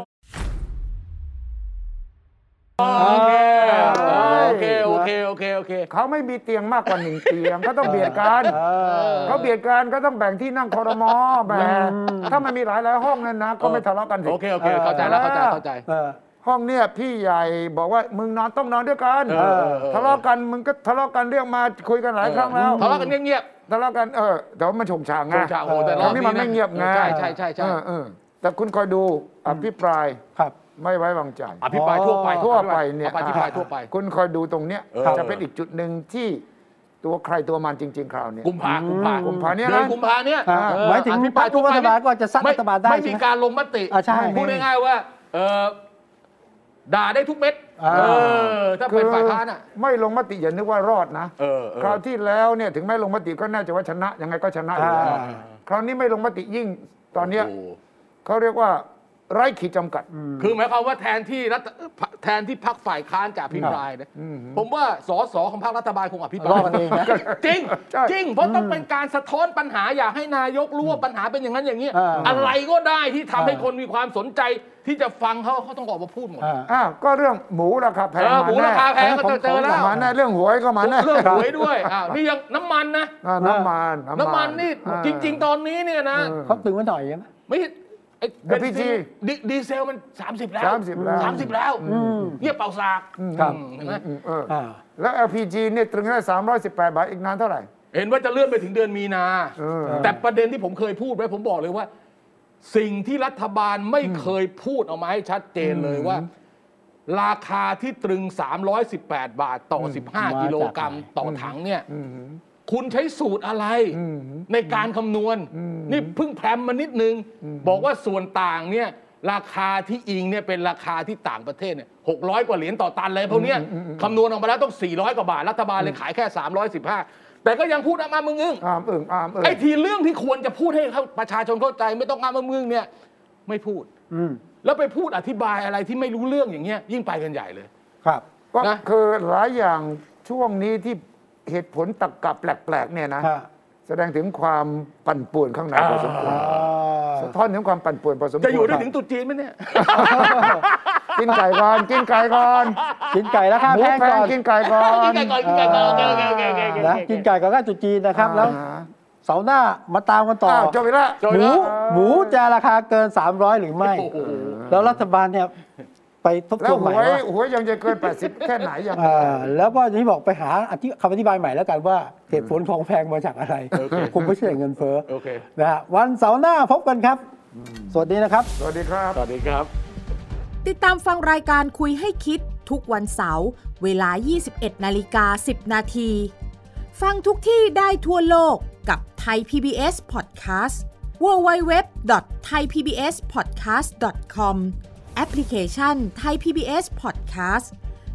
C: โอเคโอเคโอเคโอเคโอเค
D: เขาไม่มีเตียงมากกว่าหนึ่งเตียงเขาต้องเบียดกัน
B: เออ
D: เขาเบียดกันก็ต้องแบ่งที่นั่งคอรมอแบ่งถ้ามันมีหลายหลายๆห้องนั่นนะ ก็ไม่ทะเลาะกันสิ
C: โอเคโอเคเข้าใจแล้วเข้าใจเข้าใจ
B: เออ
D: ห้องเนี่ยพี่ใหญ่บอกว่ามึงนอนต้องนอนด้วยกัน
C: เออเออเออ
D: ทะเลาะกันมึงก็ทะเลาะกันเรียกมาคุยกันหลายครั้งแล้ว
C: ทะเลาะกันเงียบ
D: ทะเลาะกันเออแต่ว่ามันฉงฉาง
C: ๆ
D: ไง
C: โอ้ชาโอ้แต่ร
D: ต
C: อ
D: อบ นนี้
C: นี้
D: มันไม่เงียบไง
C: ใช่ใช่ใช่ใช่
D: เออเออแต่คุณคอยดูอภิปราย
B: ครับ
D: ไม่ไว้วางใจ
C: อภิปรายทั่วไป
D: ทั่วไปเนี่ย
C: อภิปรายทั่วไป
D: คุณคอยดูตรงเนี้ย
C: เออ
D: จะเป็นอีกจุดหนึ่งที่ตัวใครตัวมันจริง ๆ คราวเนี้ย
C: กุมภากุมภา
D: กุมภาเนี่ยนะ
C: เดือนกุมภาเนี่ย
B: อ่า
C: เออ
B: หมายถึง
C: อภิปราย
B: พรรคร่วมรัฐบาลก็จะซัด
C: ไม่
B: รัฐบาลได้
C: ไม่
B: ใช่
C: มี
B: ไหม
C: การลงมติ
B: อ่าใช่
C: พูดง่ายๆว่าเออด่าได้ทุกเม็ด
B: อ่า
C: เออถ้าเป็นฝ่ายค้านอ่ะ
D: ไม่ลงมติอย่านึกว่ารอดนะ
C: เออเออ
D: คราวที่แล้วเนี่ยถึงไม่ลงมติก็น่าจะว่าชนะยังไงก็ชนะอยู่แล้ว
B: อ่า
D: คราวนี้ไม่ลงมติยิ่งตอนเนี้ย
C: โอ้โห
D: เขาเรียกว่าไร้ขีดจำกัด
C: คือหมายความว่าแทนที่รัฐแทนที่พรรคฝ่ายค้านจะอภิปรายนะผมว่าสสของพรรครัฐบาลคงอภิปราย
B: รอกันเองนะ
C: จริง
D: ใช่
C: จริงเพราะต้องเป็นการสะท้อนปัญหาอยากให้นายกรู้ว่าปัญหาเป็นอย่างนั้นอย่างนี้
B: อ่า
C: อะไรก็ได้ที่ทำให้
B: อ่า
C: คนมีความสนใจที่จะฟังเขาเขาต้องออกมาพูดหมด
B: อ่า
D: อ้าวก็เรื่องหมูราคาแพ
C: เอง อ
D: มา
C: หมู
D: แน่
C: ราคาแพงก็จะเจอแล้ว
D: มาแน่เรื่องหวยก็มาแน่
C: เรื่องหวยด้วยอ้าวนี่ยังน้ำมันนะ
D: อ่าน้ำมัน
C: น้ำมันนี่
D: อ่า
C: จริง ๆ ตอนนี้เนี่ยนะ
D: เออ
B: เขาตึงไว้หน่อยใช่ไหม
C: ไม่ไอ้
D: เอล พี จี
C: ดีดีเซลมันสามสิบแล้ว
D: สามสิบแล้ว
C: สามสิบแล้ว
B: อืม
C: เงียบเป่าสาก
B: ครับ
C: อืมเห็นไหม
D: อืมเออ
B: อ่า
D: แล้ว แอล พี จี เนี่ยตรึงได้สามร้อยสิบแปดบาทอีกนานเท่าไหร่
C: เห็นว่าจะเลื่อนไปถึงเดือนมีนา
D: เออ
C: แต่ประเด็นที่ผมเคยพูดไว้ผมบอกเลยว่า สิ่งที่รัฐบาลไม่เคยพูดออกมาให้ชัดเจนเลยว่า ราคาที่ตรึงสามร้อยสิบแปดบาทต่อสิบห้า
B: มาจาก
C: กิโลกรัม
B: ไหน
C: ต่อถังเนี่ย
D: อืม
C: คุณใช้สูตรอะไร
D: อืม
C: ในการคำนวณ
D: อืม
C: นี่เพิ่งแพรมมานิดนึง บอกว่าส่วนต่างเนี่ยราคาที่อิงเนี่ยเป็นราคาที่ต่างประเทศเนี่ยหกร้อยกว่าเหรียญต่อตันเลยพวกเนี้ยคำนวณออกมาแล้วต้องสี่ร้อยกว่าบาท รัฐบาลเลยขายแค่สามร้อยสิบห้าแต่ก็ยังพูดอ้ามึงอึ้ง
D: อามอึ่งอามอึ่ง
C: ไอ้ทีเรื่องที่ควรจะพูดให้เขาประชาชนเข้าใจไม่ต้องอ้ามึงเนี่ยไม่พูด
B: อืม
C: แล้วไปพูดอธิบายอะไรที่ไม่รู้เรื่องอย่างเงี้ยยิ่งไปกันใหญ่เลย
B: ครับ
D: ก็
C: นะ
D: คือหลายอย่างช่วงนี้ที่เหตุผลตรรกะแปลกๆเนี่ยนะ
B: ฮะ
D: แสดงถึงความปั่นป่วนข้างในพอสมควร
B: อ่า
D: สะท้อนถึงความปั่นป่วนพอสมควร
C: จะอยู่ได้ถึงตรุษจีนไหมเนี่ย
D: กินไก่ก่อนกินไก่ก่อน
B: กินไก่ราคา
D: หมู
B: แพง
D: แพ
B: ก่
D: ง
B: อน
D: กินไก่ก่อน
C: กินไก่ก่อนกินไก่ก่อนโอเคโอเคโอเคโอเคโอเค
B: นะกินไก่ก่อนก็จุดจีนนะครับ แล้ว
D: อ่า
B: เสาร์หน้ามาตามกันต่อ
D: อ้าวจบไปแล้ว
C: จบ
B: ห
C: แล้
B: มู
C: ว
B: หมูจะราคาเกิน สามร้อย หรือไม่
C: โอ้โห
B: แล้วรัฐบาลเนี่ยไปทบ
D: แล้
B: ท
D: ว
B: วน
D: ห
B: ใหม่
D: วย
B: ว่า
D: หวยยังจะเกิน แปดสิบ แค่ไหนยังไง
B: อ่าแล้วก็อย่างที่บอกไปหาอธิคำอธิบายใหม่แล้วกันว่าเหตุผลของแพงมาจากอะไร
C: โอเค
B: คงไม่ใช่เงินเฟ้อ
C: โอเค
B: นะฮะวันเสาร์หน้าพบกันครับ สวัสดีนะครับ
D: สวัสดีครับ
C: สวัสดีครับ
A: ติดตามฟังรายการคุยให้คิดทุกวันเสาร์เวลา ยี่สิบเอ็ดนาฬิกาสิบนาที ฟังทุกที่ได้ทั่วโลกกับ Thai พี บี เอส Podcast ดับเบิลยู ดับเบิลยู ดับเบิลยู ดอท ไทย พี บี เอส พอดแคสต์ ดอท คอม แอปพลิเคชัน Thai พี บี เอส Podcast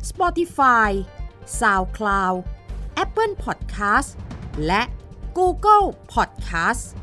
A: Spotify SoundCloud Apple Podcast และ Google Podcast